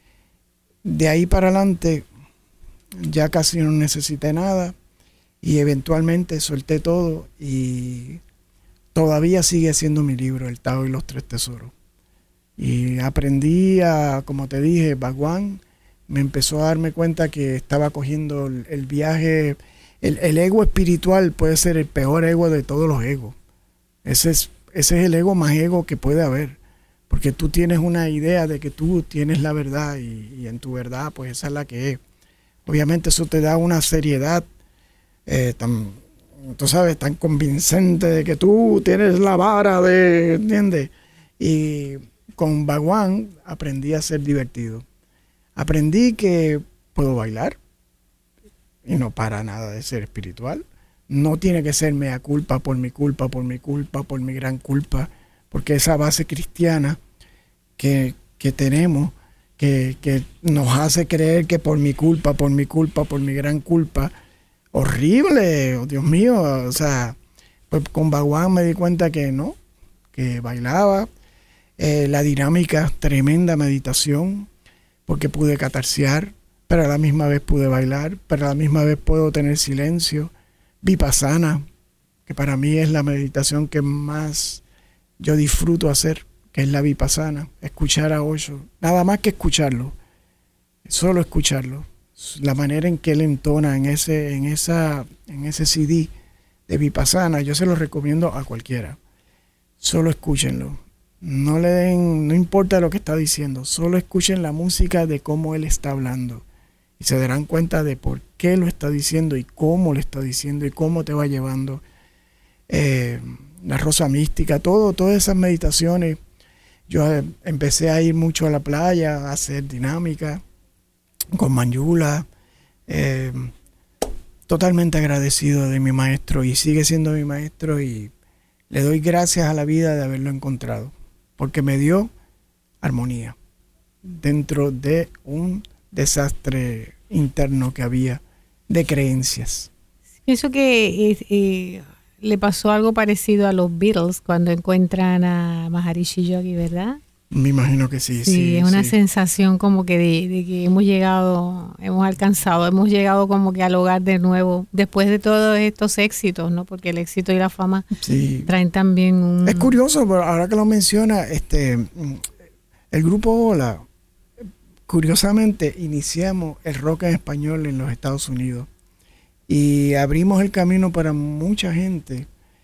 Speaker 2: De ahí para adelante ya casi no necesité nada y eventualmente solté todo y todavía sigue siendo mi libro, El Tao y los Tres Tesoros. Y aprendí a, como te dije, Bhagwan me empezó a darme cuenta que estaba cogiendo el, el viaje, el, el ego espiritual puede ser el peor ego de todos los egos. Ese es, ese es el ego más ego que puede haber, porque tú tienes una idea de que tú tienes la verdad y, y en tu verdad pues esa es la que es. Obviamente eso te da una seriedad eh, tan, tú sabes, tan convincente de que tú tienes la vara de, ¿entiendes? Y con Bhagwan aprendí a ser divertido. Aprendí que puedo bailar y no para nada de ser espiritual. No tiene que ser mea culpa por mi culpa, por mi culpa, por mi gran culpa, porque esa base cristiana que, que tenemos, que, que nos hace creer que por mi culpa, por mi culpa, por mi gran culpa, horrible, oh, Dios mío, o sea, pues con Bhagwan me di cuenta que no, que bailaba, eh, la dinámica, tremenda meditación, porque pude catarsear, pero a la misma vez pude bailar, pero a la misma vez puedo tener silencio. Vipassana, que para mí es la meditación que más yo disfruto hacer, que es la Vipassana, escuchar a Osho, nada más que escucharlo, solo escucharlo, la manera en que él entona en ese, en esa, en ese C D de Vipassana, yo se lo recomiendo a cualquiera, solo escúchenlo. No le den, no importa lo que está diciendo, solo escuchen la música de cómo él está hablando y se darán cuenta de por qué lo está diciendo y cómo lo está diciendo y cómo te va llevando. Eh, la rosa mística, todo, todas esas meditaciones. Yo eh, empecé a ir mucho a la playa, a hacer dinámica con Manjula. Eh, totalmente agradecido de mi maestro y sigue siendo mi maestro y le doy gracias a la vida de haberlo encontrado. Porque me dio armonía dentro de un desastre interno que había de creencias.
Speaker 1: Pienso que eh, eh, le pasó algo parecido a los Beatles cuando encuentran a Maharishi Yogi, ¿verdad?
Speaker 2: Me imagino que sí.
Speaker 1: Sí,
Speaker 2: sí
Speaker 1: es una
Speaker 2: sí.
Speaker 1: sensación como que de, de que hemos llegado, hemos alcanzado, hemos llegado como que al hogar de nuevo, después de todos estos éxitos, ¿no? Porque el éxito y la fama
Speaker 2: sí.
Speaker 1: traen también un...
Speaker 2: Es curioso, pero ahora que lo menciona, este, el grupo Hola, curiosamente iniciamos el rock en español en los Estados Unidos y abrimos el camino para mucha gente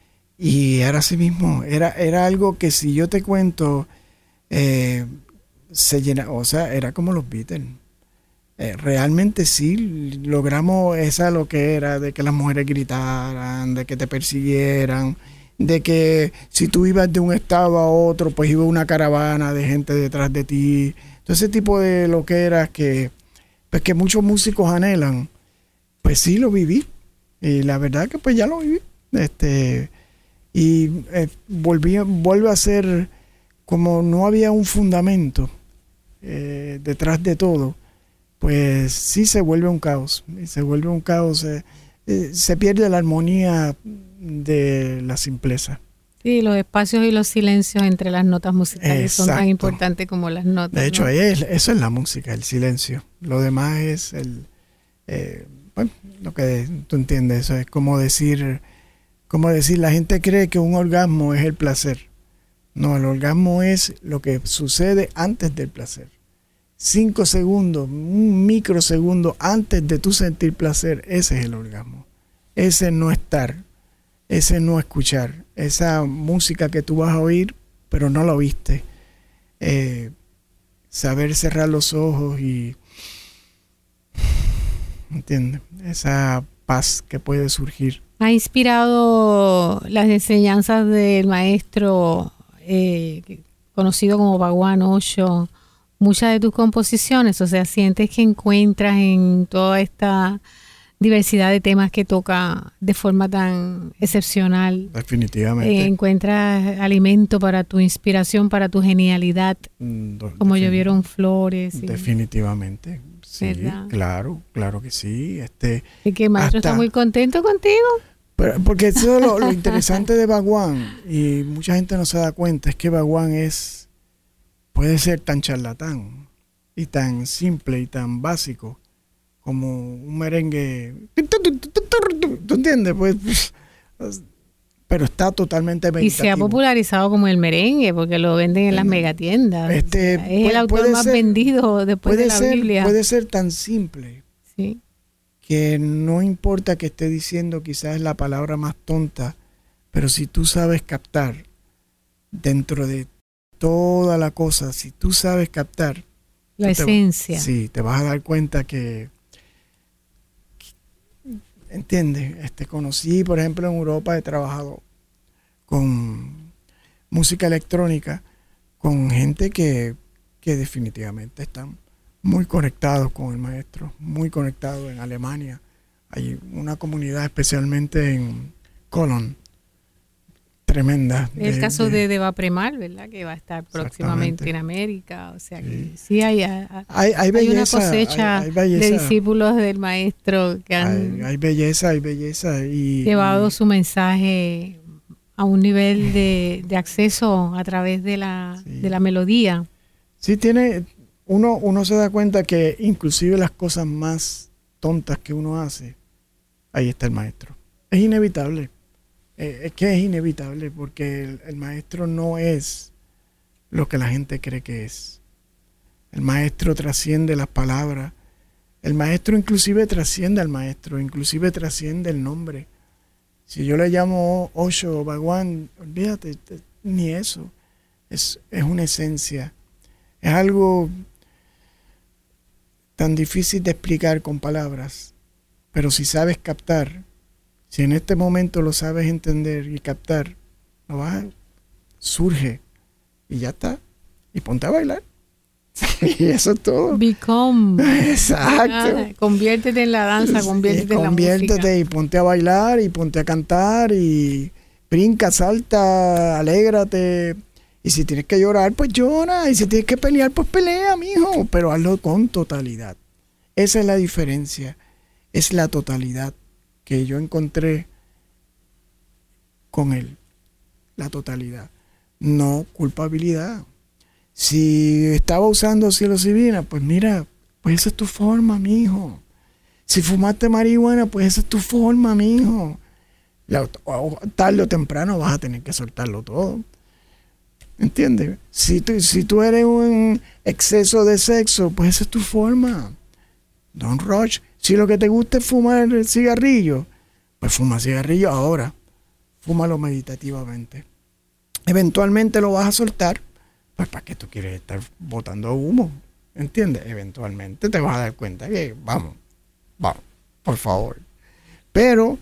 Speaker 2: y ahora sí mismo, era, era algo que si yo te cuento... Eh, se llena, o sea, era como los Beatles. Eh, realmente sí logramos esa lo que era de que las mujeres gritaran, de que te persiguieran, de que si tú ibas de un estado a otro, pues iba una caravana de gente detrás de ti. Todo ese tipo de lo que era que, pues que muchos músicos anhelan. Pues sí lo viví. Y la verdad que pues ya lo viví. Este, y eh, volví, vuelve a ser como no había un fundamento eh, detrás de todo, pues sí se vuelve un caos, y se vuelve un caos, eh, eh, se pierde la armonía de la simpleza.
Speaker 1: Sí, los espacios y los silencios entre las notas musicales
Speaker 2: Exacto.
Speaker 1: son tan importantes como las notas.
Speaker 2: De hecho,
Speaker 1: ¿no?
Speaker 2: es, eso es la música, el silencio. Lo demás es el, eh, bueno, lo que tú entiendes, eso es como decir, como decir, la gente cree que un orgasmo es el placer. No, el orgasmo es lo que sucede antes del placer. Cinco segundos, un microsegundo antes de tú sentir placer, ese es el orgasmo. Ese no estar, ese no escuchar, esa música que tú vas a oír, pero no la oíste. Eh, saber cerrar los ojos y, ¿entiendes? Esa paz que puede surgir.
Speaker 1: Ha inspirado las enseñanzas del maestro Eh, conocido como Bhagwan Osho, muchas de tus composiciones, o sea, sientes que encuentras en toda esta diversidad de temas que toca de forma tan excepcional.
Speaker 2: Definitivamente.
Speaker 1: Eh, encuentras alimento para tu inspiración, para tu genialidad,
Speaker 2: Do,
Speaker 1: como
Speaker 2: defin-
Speaker 1: llovieron flores. Y,
Speaker 2: definitivamente, sí,
Speaker 1: ¿verdad?
Speaker 2: claro, claro que sí. Este,
Speaker 1: y que el maestro
Speaker 2: hasta-
Speaker 1: está muy contento contigo.
Speaker 2: Pero, porque eso es lo, lo interesante de Bhagwan, y mucha gente no se da cuenta, es que Bhagwan es, puede ser tan charlatán y tan simple y tan básico como un merengue. ¿Tú entiendes? Pues, pero está totalmente meditativo.
Speaker 1: Y se ha popularizado como el merengue, porque lo venden en las megatiendas.
Speaker 2: Este,
Speaker 1: es
Speaker 2: puede,
Speaker 1: el autor más ser, vendido después de la
Speaker 2: ser,
Speaker 1: Biblia.
Speaker 2: Puede ser tan simple,
Speaker 1: sí,
Speaker 2: que no importa que esté diciendo quizás la palabra más tonta, pero si tú sabes captar dentro de toda la cosa, si tú sabes captar
Speaker 1: la esencia.
Speaker 2: Te, sí, te vas a dar cuenta que, que ¿entiendes? Este, conocí, por ejemplo, en Europa he trabajado con música electrónica, con gente que, que definitivamente están muy conectados con el maestro, muy conectados en Alemania. Hay una comunidad especialmente en Cologne, tremenda.
Speaker 1: El
Speaker 2: de,
Speaker 1: caso de,
Speaker 2: de
Speaker 1: de Vapremal, ¿verdad? Que va a estar próximamente en América. O sea, que sí, sí hay, hay,
Speaker 2: hay, hay, belleza,
Speaker 1: hay una cosecha
Speaker 2: hay, hay belleza,
Speaker 1: de discípulos del maestro que han
Speaker 2: hay, hay belleza, hay belleza. Y,
Speaker 1: llevado
Speaker 2: y,
Speaker 1: su mensaje a un nivel de, de acceso a través de la, sí. de la melodía.
Speaker 2: Sí, tiene, uno, uno se da cuenta que inclusive las cosas más tontas que uno hace, ahí está el maestro. Es inevitable. Eh, es que es inevitable porque el, el maestro no es lo que la gente cree que es. El maestro trasciende las palabras. El maestro inclusive trasciende al maestro, inclusive trasciende el nombre. Si yo le llamo Osho o Bhagwan, olvídate, te, ni eso. Es, es una esencia. Es algo tan difícil de explicar con palabras, pero si sabes captar, si en este momento lo sabes entender y captar, lo vas a, surge y ya está. Y ponte a bailar. Y eso es todo.
Speaker 1: Become.
Speaker 2: Exacto.
Speaker 1: Ah, conviértete en la danza, conviértete sí, en la
Speaker 2: conviértete
Speaker 1: música.
Speaker 2: Y ponte a bailar y ponte a cantar y brinca, salta, alégrate. Y si tienes que llorar, pues llora. Y si tienes que pelear, pues pelea, mijo. Pero hazlo con totalidad. Esa es la diferencia. Es la totalidad que yo encontré con él. La totalidad. No culpabilidad. Si estaba usando psilocibina, pues mira, pues esa es tu forma, mijo. Si fumaste marihuana, pues esa es tu forma, mijo. La, tarde o temprano vas a tener que soltarlo todo. ¿Entiendes? Si tú, si tú eres un exceso de sexo, pues esa es tu forma. Don't rush. Si lo que te gusta es fumar el cigarrillo, pues fuma cigarrillo ahora. Fúmalo meditativamente. Eventualmente lo vas a soltar. Pues ¿para qué tú quieres estar botando humo? ¿Entiendes? Eventualmente te vas a dar cuenta que vamos, vamos, por favor. Pero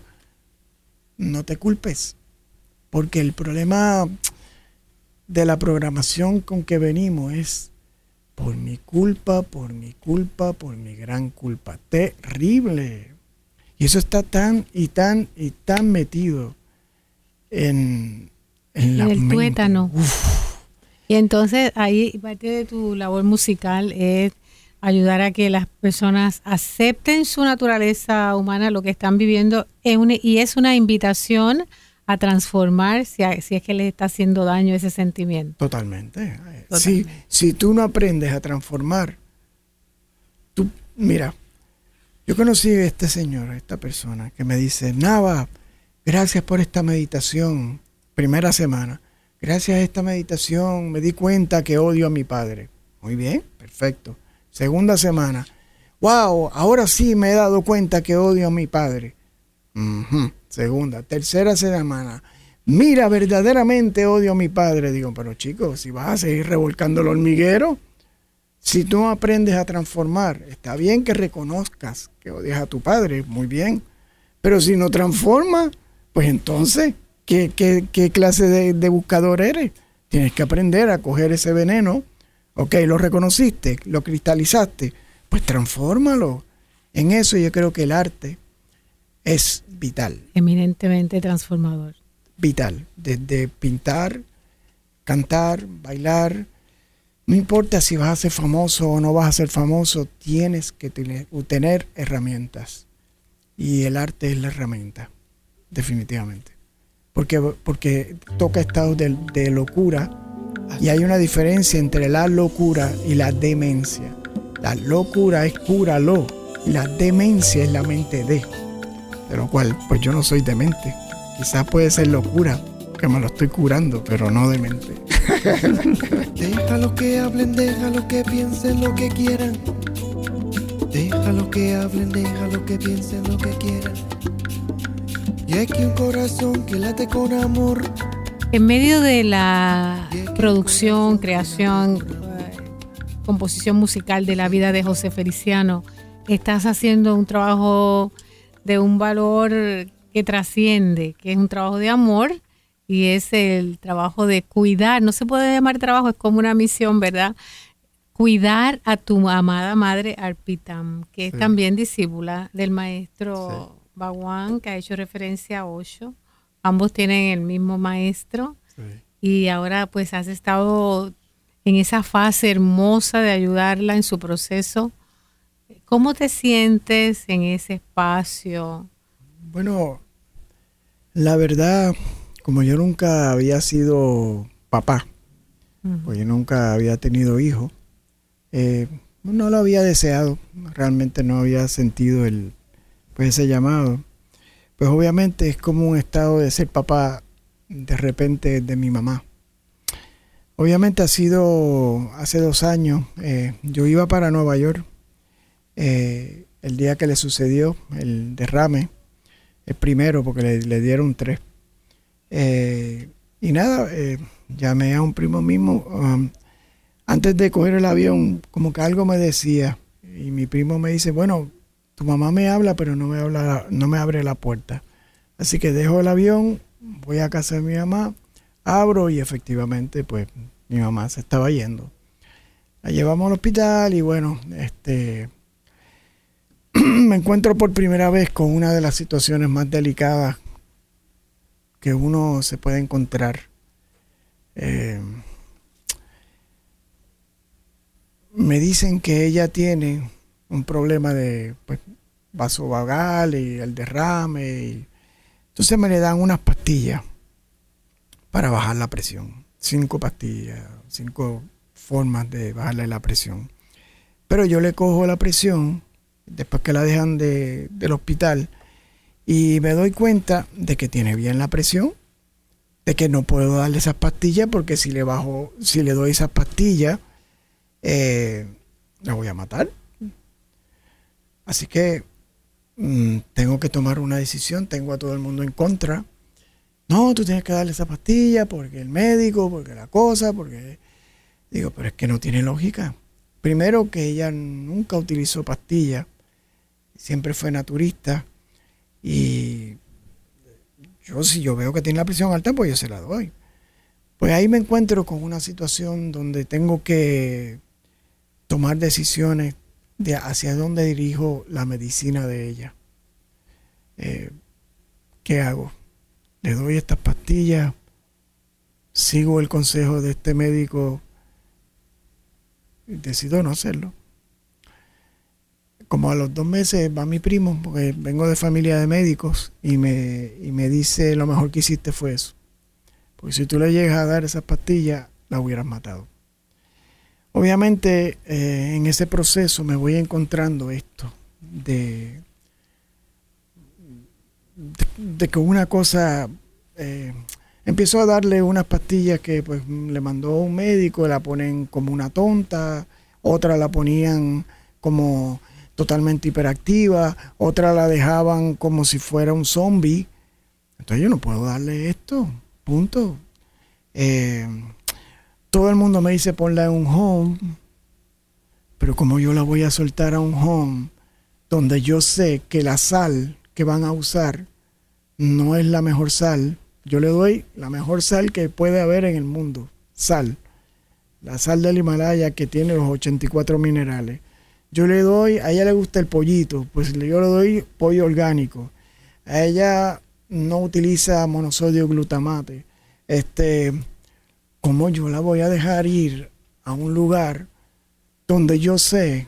Speaker 2: no te culpes, porque el problema de la programación con que venimos es por mi culpa, por mi culpa, por mi gran culpa. Terrible. Y eso está tan y tan y tan metido en, en la
Speaker 1: en el
Speaker 2: mente.
Speaker 1: tuétano.
Speaker 2: Uf.
Speaker 1: Y entonces ahí parte de tu labor musical es ayudar a que las personas acepten su naturaleza humana, lo que están viviendo, en una, y es una invitación a transformar si, a, si es que les está haciendo daño ese sentimiento.
Speaker 2: Totalmente.
Speaker 1: Totalmente.
Speaker 2: Si, si tú no aprendes a transformar, tú, mira, yo conocí a este señor, a esta persona, que me dice, Nava, gracias por esta meditación, primera semana. Gracias a esta meditación me di cuenta que odio a mi padre. Muy bien, perfecto. Segunda semana. Wow, ahora sí me he dado cuenta que odio a mi padre. Uh-huh. Segunda. Tercera semana. Mira, verdaderamente odio a mi padre. Digo, pero chicos, si vas a seguir revolcando el hormiguero, si tú no aprendes a transformar, está bien que reconozcas que odias a tu padre, muy bien. Pero si no transformas, pues entonces... ¿Qué, qué, qué clase de, de buscador eres? Tienes que aprender a coger ese veneno. Ok, lo reconociste, lo cristalizaste, pues transfórmalo. En eso yo creo que el arte es vital.
Speaker 1: Eminentemente transformador.
Speaker 2: Vital. Desde pintar, cantar, bailar. No importa si vas a ser famoso o no vas a ser famoso, tienes que tener, tener herramientas. Y el arte es la herramienta, definitivamente. Porque, porque toca estados de, de locura y hay una diferencia entre la locura y la demencia. La locura es cúralo, la demencia es la mente de, de lo cual pues yo no soy demente, quizás puede ser locura, que me lo estoy curando, pero no de mente.
Speaker 3: Déjalo que hablen, déjalo que piensen lo que quieran. Déjalo que hablen, déjalo que piensen lo que quieran. Y es que un corazón que late con amor.
Speaker 1: En medio de la producción, creación, eh, composición musical de la vida de José Feliciano, estás haciendo un trabajo de un valor que trasciende, que es un trabajo de amor y es el trabajo de cuidar. No se puede llamar trabajo, es como una misión, ¿verdad? Cuidar a tu amada madre Arpitam, que sí. es también discípula del maestro sí. Bhagwan, que ha hecho referencia a Osho. Ambos tienen el mismo maestro sí. y ahora pues has estado en esa fase hermosa de ayudarla en su proceso. ¿Cómo te sientes en ese espacio?
Speaker 2: Bueno, la verdad, como yo nunca había sido papá, uh-huh. pues yo nunca había tenido hijos, eh, no lo había deseado, realmente no había sentido el, pues ese llamado. Pues obviamente es como un estado de ser papá de repente de mi mamá. Obviamente ha sido hace dos años, eh, yo iba para Nueva York eh, el día que le sucedió el derrame, el primero porque le, le dieron tres. Eh, y nada, eh, llamé a un primo mismo, um, antes de coger el avión, como que algo me decía, y mi primo me dice, bueno, tu mamá me habla, pero no me habla, no me abre la puerta. Así que dejo el avión, voy a casa de mi mamá, abro y efectivamente, pues, mi mamá se estaba yendo. La llevamos al hospital y bueno, este, me encuentro por primera vez con una de las situaciones más delicadas que uno se puede encontrar. Eh, me dicen que ella tiene un problema de pues, vasovagal y el derrame. Y, entonces me le dan unas pastillas para bajar la presión. Cinco pastillas, cinco formas de bajarle la presión. Pero yo le cojo la presión después que la dejan de, del hospital y me doy cuenta de que tiene bien la presión, de que no puedo darle esas pastillas porque si le bajo, si le doy esas pastillas, eh, la voy a matar. Así que mmm, tengo que tomar una decisión, tengo a todo el mundo en contra. No, tú tienes que darle esa pastilla porque el médico, porque la cosa, porque... Digo, pero es que no tiene lógica. Primero que ella nunca utilizó pastillas, siempre fue naturista y yo si yo veo que tiene la presión alta, pues yo se la doy. Pues ahí me encuentro con una situación donde tengo que tomar decisiones de hacia dónde dirijo la medicina de ella. Eh, ¿Qué hago? ¿Le doy estas pastillas? ¿Sigo el consejo de este médico? Y decido no hacerlo. Como a los dos meses va mi primo, porque vengo de familia de médicos, y me, y me dice, lo mejor que hiciste fue eso. Porque si tú le llegas a dar esas pastillas, la hubieras matado. Obviamente, eh, en ese proceso me voy encontrando esto, de, de, de que una cosa, eh, empiezo a darle unas pastillas que pues le mandó un médico, la ponen como una tonta, otra la ponían como totalmente hiperactiva, otra la dejaban como si fuera un zombie. Entonces yo no puedo darle esto, punto. Eh, todo el mundo me dice ponla en un home, pero como yo la voy a soltar a un home donde yo sé que la sal que van a usar no es la mejor sal, yo le doy la mejor sal que puede haber en el mundo, sal, la sal del Himalaya que tiene los ochenta y cuatro minerales. Yo le doy, a ella le gusta el pollito, pues yo le doy pollo orgánico. A ella no utiliza monosodio glutamate. Este, ¿cómo yo la voy a dejar ir a un lugar donde yo sé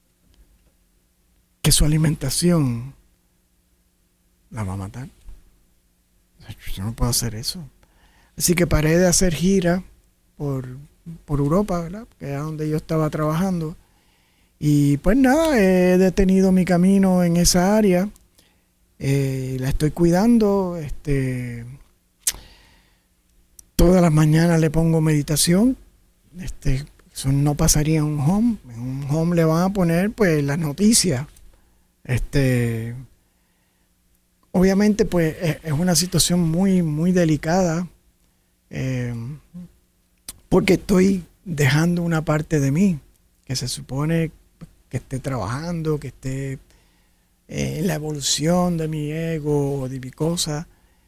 Speaker 2: que su alimentación la va a matar? Yo no puedo hacer eso. Así que paré de hacer gira por, por Europa, ¿verdad? Que era donde yo estaba trabajando. Y pues nada, he detenido mi camino en esa área. Eh, la estoy cuidando. Este, todas las mañanas le pongo meditación. Este, eso no pasaría en un home. En un home le van a poner pues las noticias. Este, obviamente pues es, es una situación muy, muy delicada. Eh, porque estoy dejando una parte de mí que se supone que esté trabajando, que esté eh, en la evolución de mi ego, de mi cosa.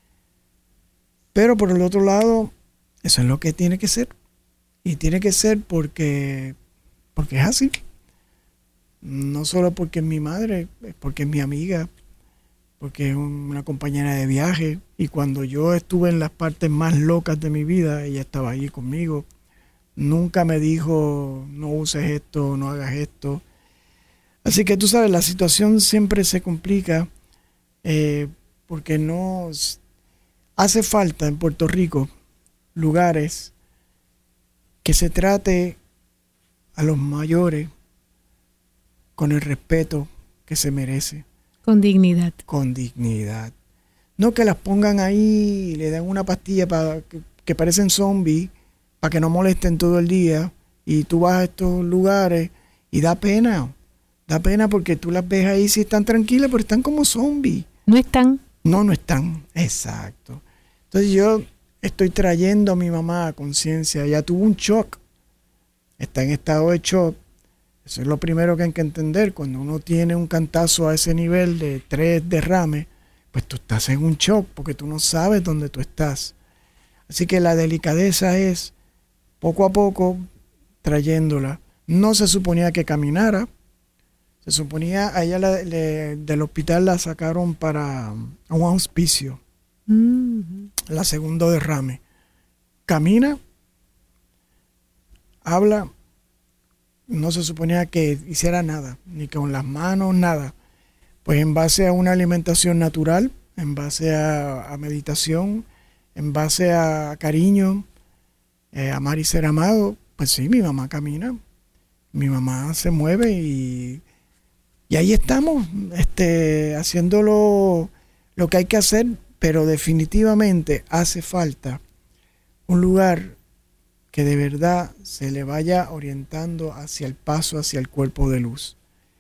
Speaker 2: Pero por el otro lado, eso es lo que tiene que ser. Y tiene que ser porque, porque es así. No solo porque es mi madre, es porque es mi amiga, porque es una compañera de viaje. Y cuando yo estuve en las partes más locas de mi vida, ella estaba ahí conmigo. Nunca me dijo, no uses esto, no hagas esto. Así que tú sabes, la situación siempre se complica eh, porque no hace falta en Puerto Rico lugares que se trate a los mayores con el respeto que se merece.
Speaker 1: Con dignidad.
Speaker 2: Con dignidad. No que las pongan ahí y le den una pastilla para que, que parecen zombies para que no molesten todo el día. Y tú vas a estos lugares y da pena. Da pena porque tú las ves ahí, sí están tranquilas, pero están como zombies.
Speaker 1: ¿No están?
Speaker 2: No, no están. Exacto. Entonces yo estoy trayendo a mi mamá a conciencia. Ella tuvo un shock. Está en estado de shock. Eso es lo primero que hay que entender. Cuando uno tiene un cantazo a ese nivel de tres derrames, pues tú estás en un shock porque tú no sabes dónde tú estás. Así que la delicadeza es poco a poco trayéndola. No se suponía que caminara. Se suponía, a ella la, le, del hospital la sacaron para un auspicio. Mm-hmm. La segundo derrame. Camina, habla. No se suponía que hiciera nada, ni con las manos, nada. Pues en base a una alimentación natural, en base a, a meditación, en base a cariño, eh, amar y ser amado, pues sí, mi mamá camina, mi mamá se mueve y, y ahí estamos, este, haciendo lo, lo que hay que hacer, pero definitivamente hace falta un lugar que de verdad se le vaya orientando hacia el paso, hacia el cuerpo de luz.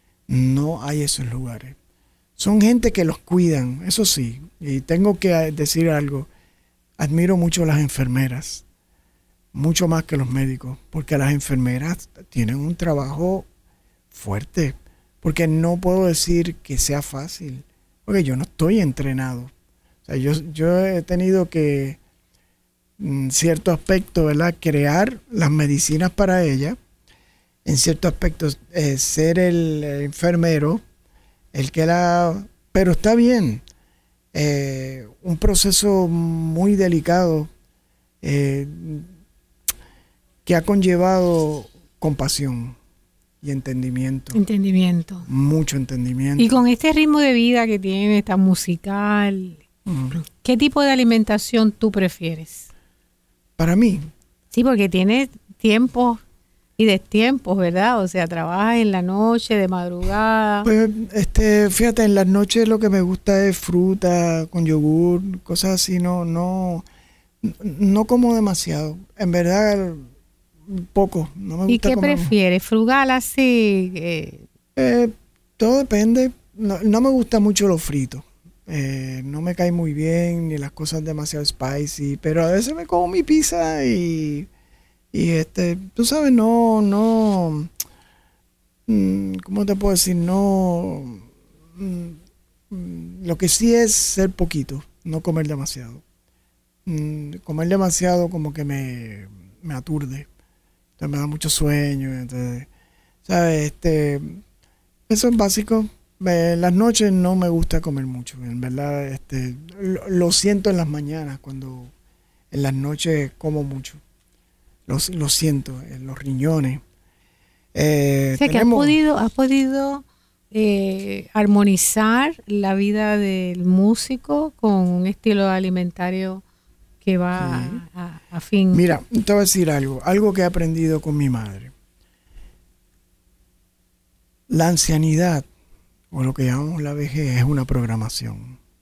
Speaker 2: No hay esos lugares. Son gente que los cuidan, eso sí. Y tengo que decir algo. Admiro mucho a las enfermeras, mucho más que los médicos, porque las enfermeras tienen un trabajo fuerte. Porque no puedo decir que sea fácil, porque yo no estoy entrenado. O sea, yo, yo he tenido que en cierto aspecto, ¿verdad?, crear las medicinas para ella, en cierto aspecto eh, ser el, el enfermero, el que la... Pero está bien, eh, un proceso muy delicado eh, que ha conllevado compasión y entendimiento.
Speaker 1: Entendimiento.
Speaker 2: Mucho entendimiento.
Speaker 1: Y con este ritmo de vida que tiene, tan musical, mm. ¿qué tipo de alimentación tú prefieres?
Speaker 2: Para mí.
Speaker 1: Sí, porque tienes tiempos y destiempos, ¿verdad? O sea, trabajas en la noche, de madrugada.
Speaker 2: Pues, este, fíjate, en las noches lo que me gusta es fruta con yogur, cosas así. No, no, no como demasiado. En verdad, poco. No me gusta.
Speaker 1: ¿Y qué
Speaker 2: comer.
Speaker 1: prefieres? ¿Frugal así? Eh...
Speaker 2: Eh, todo depende. No, no me gusta mucho lo frito. Eh, no me cae muy bien ni las cosas demasiado spicy, pero a veces me como mi pizza y, y este, tú sabes, no, no, ¿cómo te puedo decir? No, lo que sí es ser poquito, no comer demasiado. Comer demasiado como que me, me aturde, entonces me da mucho sueño, entonces, ¿sabes? Este, eso es básico. Eh, las noches no me gusta comer mucho, en verdad, este, lo, lo siento en las mañanas, cuando en las noches como mucho, lo, lo siento en los riñones. Eh,
Speaker 1: o sea,
Speaker 2: tenemos,
Speaker 1: que has podido, has podido eh, armonizar la vida del músico con un estilo alimentario que va sí. a, a fin.
Speaker 2: Mira, te voy a decir algo, algo que he aprendido con mi madre. La ancianidad, o lo que llamamos la vejez, es una programación.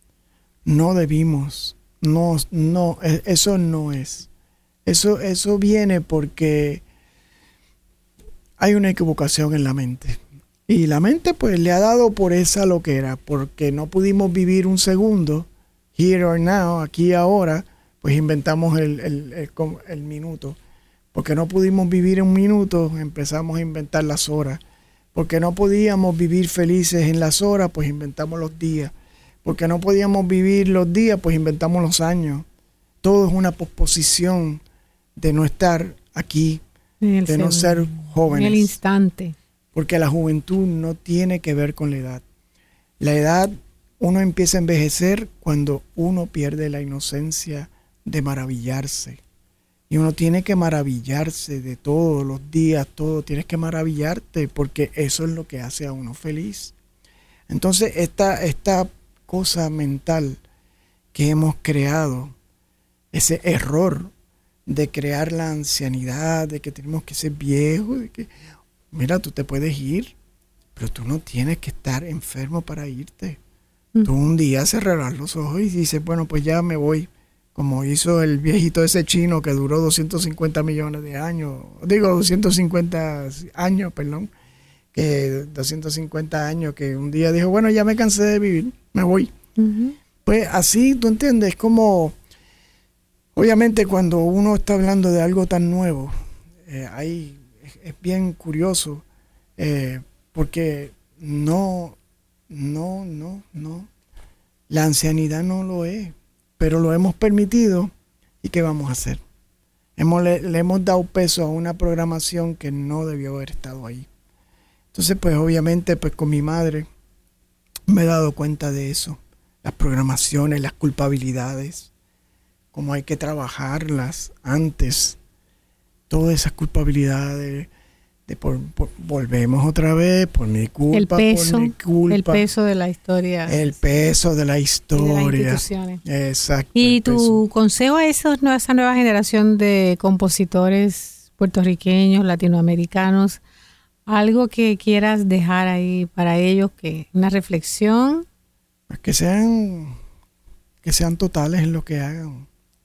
Speaker 2: no debimos, no, no, eso no es. Eso, eso viene porque hay una equivocación en la mente. Y la mente pues le ha dado por esa loquera, porque no pudimos vivir un segundo, here or now, aquí y ahora, pues inventamos el, el, el, el minuto. Porque no pudimos vivir un minuto, empezamos a inventar las horas. Porque no podíamos vivir felices en las horas, pues inventamos los días. Porque no podíamos vivir los días, pues inventamos los años. Todo es una posposición de no estar aquí, de ser, no ser jóvenes.
Speaker 1: En el instante.
Speaker 2: Porque la juventud no tiene que ver con la edad. La edad, uno empieza a envejecer cuando uno pierde la inocencia de maravillarse. Y uno tiene que maravillarse de todos los días, todo. Tienes que maravillarte porque eso es lo que hace a uno feliz. Entonces, esta, esta cosa mental que hemos creado, ese error de crear la ancianidad, de que tenemos que ser viejos, de que, mira, tú te puedes ir, pero tú no tienes que estar enfermo para irte. Mm. Tú un día cerrarás los ojos y dices, bueno, pues ya me voy. Como hizo el viejito ese chino que duró doscientos cincuenta millones de años, digo doscientos cincuenta años, perdón, que doscientos cincuenta años, que un día dijo, bueno, ya me cansé de vivir, me voy. Uh-huh. Pues así, tú entiendes, como, obviamente cuando uno está hablando de algo tan nuevo, eh, ahí es, es bien curioso, eh, porque no, no, no, no, la ancianidad no lo es. Pero lo hemos permitido, ¿y qué vamos a hacer? Hemos, le, le hemos dado peso a una programación que no debió haber estado ahí. Entonces, pues obviamente, pues con mi madre me he dado cuenta de eso. Las programaciones, las culpabilidades, cómo hay que trabajarlas antes. Todas esas culpabilidades, de por, por, volvemos otra vez, por mi culpa,
Speaker 1: el peso,
Speaker 2: por mi culpa.
Speaker 1: El peso de la historia.
Speaker 2: El peso de la historia.
Speaker 1: De las instituciones.
Speaker 2: Exacto.
Speaker 1: Y tu peso. Consejo a esos, esa nueva generación de compositores puertorriqueños, latinoamericanos, algo que quieras dejar ahí para ellos, que una reflexión.
Speaker 2: Pues que sean, que sean totales en lo que hagan.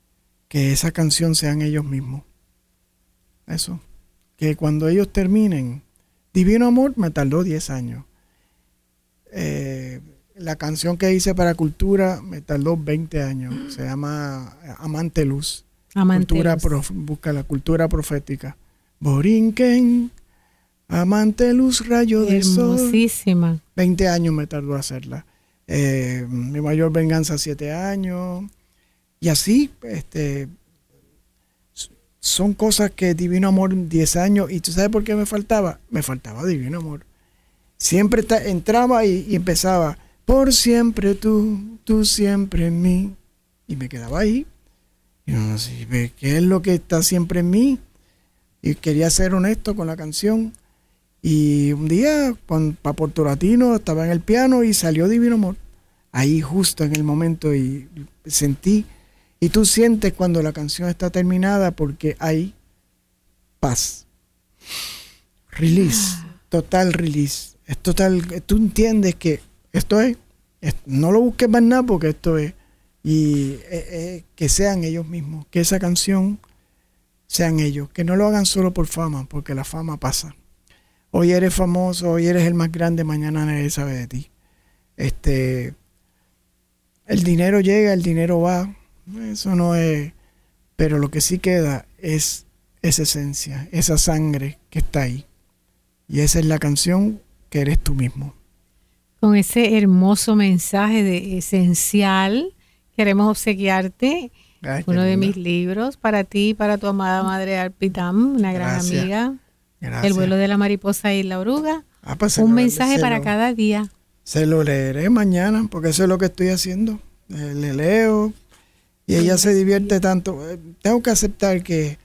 Speaker 2: Que esa canción sean ellos mismos. Eso. Que cuando ellos terminen, Divino Amor me tardó diez años. Eh, la canción que hice para Cultura me tardó veinte años. Se llama Amante Luz.
Speaker 1: Amante
Speaker 2: Cultura
Speaker 1: Luz.
Speaker 2: Prof, busca la cultura profética. Borinquen, Amante Luz, rayo de sol.
Speaker 1: Hermosísima.
Speaker 2: veinte años me tardó hacerla. Eh, Mi Mayor Venganza, siete años. Y así, este... son cosas que Divino Amor, diez años, y tú sabes por qué me faltaba, me faltaba Divino Amor. Siempre ta, entraba y, y empezaba, por siempre tú, tú siempre en mí, y me quedaba ahí. Y no, así, ¿qué es lo que está siempre en mí? Y quería ser honesto con la canción. Y un día, para Puerto Latino, estaba en el piano y salió Divino Amor. Ahí justo en el momento, y sentí. Y tú sientes cuando la canción está terminada porque hay paz. Release. Total release. Es total. Tú entiendes que esto es. es no lo busques más nada porque esto es. Y eh, eh, que sean ellos mismos. Que esa canción sean ellos. Que no lo hagan solo por fama, porque la fama pasa. Hoy eres famoso, hoy eres el más grande, mañana nadie sabe de ti. Este, el dinero llega, el dinero va. Eso no es, pero lo que sí queda es esa esencia, esa sangre que está ahí. Y esa es la canción que eres tú mismo.
Speaker 1: Con ese hermoso mensaje de esencial, queremos obsequiarte Ay, uno de mis libros para ti y para tu amada madre Arpitam, una gran Gracias. amiga. Gracias. El vuelo de la mariposa y la oruga.
Speaker 2: Ah, pues
Speaker 1: Un
Speaker 2: lo,
Speaker 1: mensaje para
Speaker 2: lo,
Speaker 1: cada día.
Speaker 2: Se lo leeré mañana, porque eso es lo que estoy haciendo. Eh, le leo. Y ella se divierte tanto. Tengo que aceptar que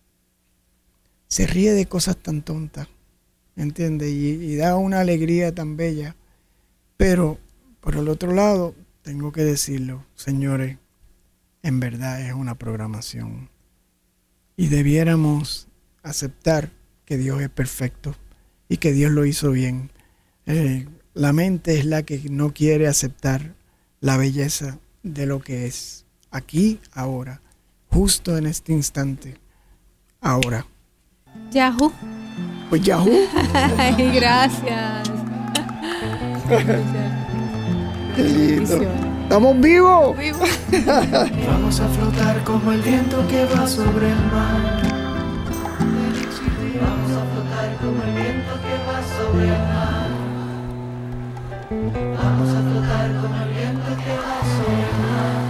Speaker 2: se ríe de cosas tan tontas, ¿entiendes? Y, y da una alegría tan bella. Pero, por el otro lado, tengo que decirlo, señores, en verdad es una programación. Y debiéramos aceptar que Dios es perfecto y que Dios lo hizo bien. Eh, la mente es la que no quiere aceptar la belleza de lo que es, aquí, ahora, justo en este instante, ahora.
Speaker 1: Yahoo.
Speaker 2: Pues Yahoo.
Speaker 1: Ay, gracias.
Speaker 2: Qué lindo. ¡Estamos vivos!
Speaker 3: Vamos a flotar como el viento que va sobre el mar. Vamos a flotar como el viento que va sobre el mar. Vamos a flotar como el viento que va sobre el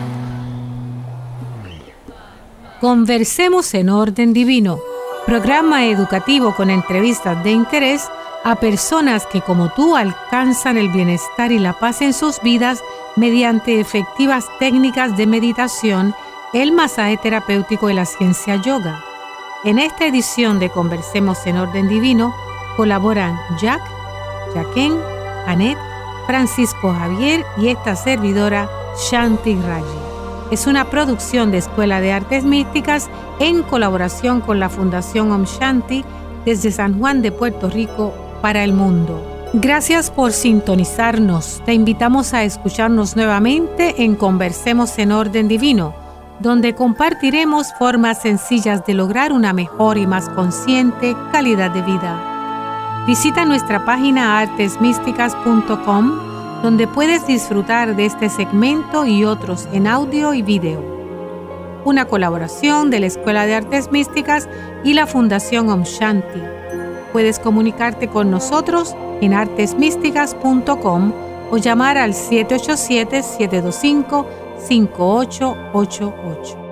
Speaker 3: mar.
Speaker 1: Conversemos en Orden Divino, programa educativo con entrevistas de interés a personas que como tú alcanzan el bienestar y la paz en sus vidas mediante efectivas técnicas de meditación, el masaje terapéutico y la ciencia yoga. En esta edición de Conversemos en Orden Divino colaboran Jack, Jaquen, Anet, Francisco Javier y esta servidora Shanti Raji. Es una producción de Escuela de Artes Místicas en colaboración con la Fundación Om Shanti desde San Juan de Puerto Rico para el mundo. Gracias por sintonizarnos. Te invitamos a escucharnos nuevamente en Conversemos en Orden Divino, donde compartiremos formas sencillas de lograr una mejor y más consciente calidad de vida. Visita nuestra página artes místicas punto com, donde puedes disfrutar de este segmento y otros en audio y video. Una colaboración de la Escuela de Artes Místicas y la Fundación Om Shanti. Puedes comunicarte con nosotros en artes místicas punto com o llamar al siete ocho siete, siete dos cinco, cinco ocho ocho ocho.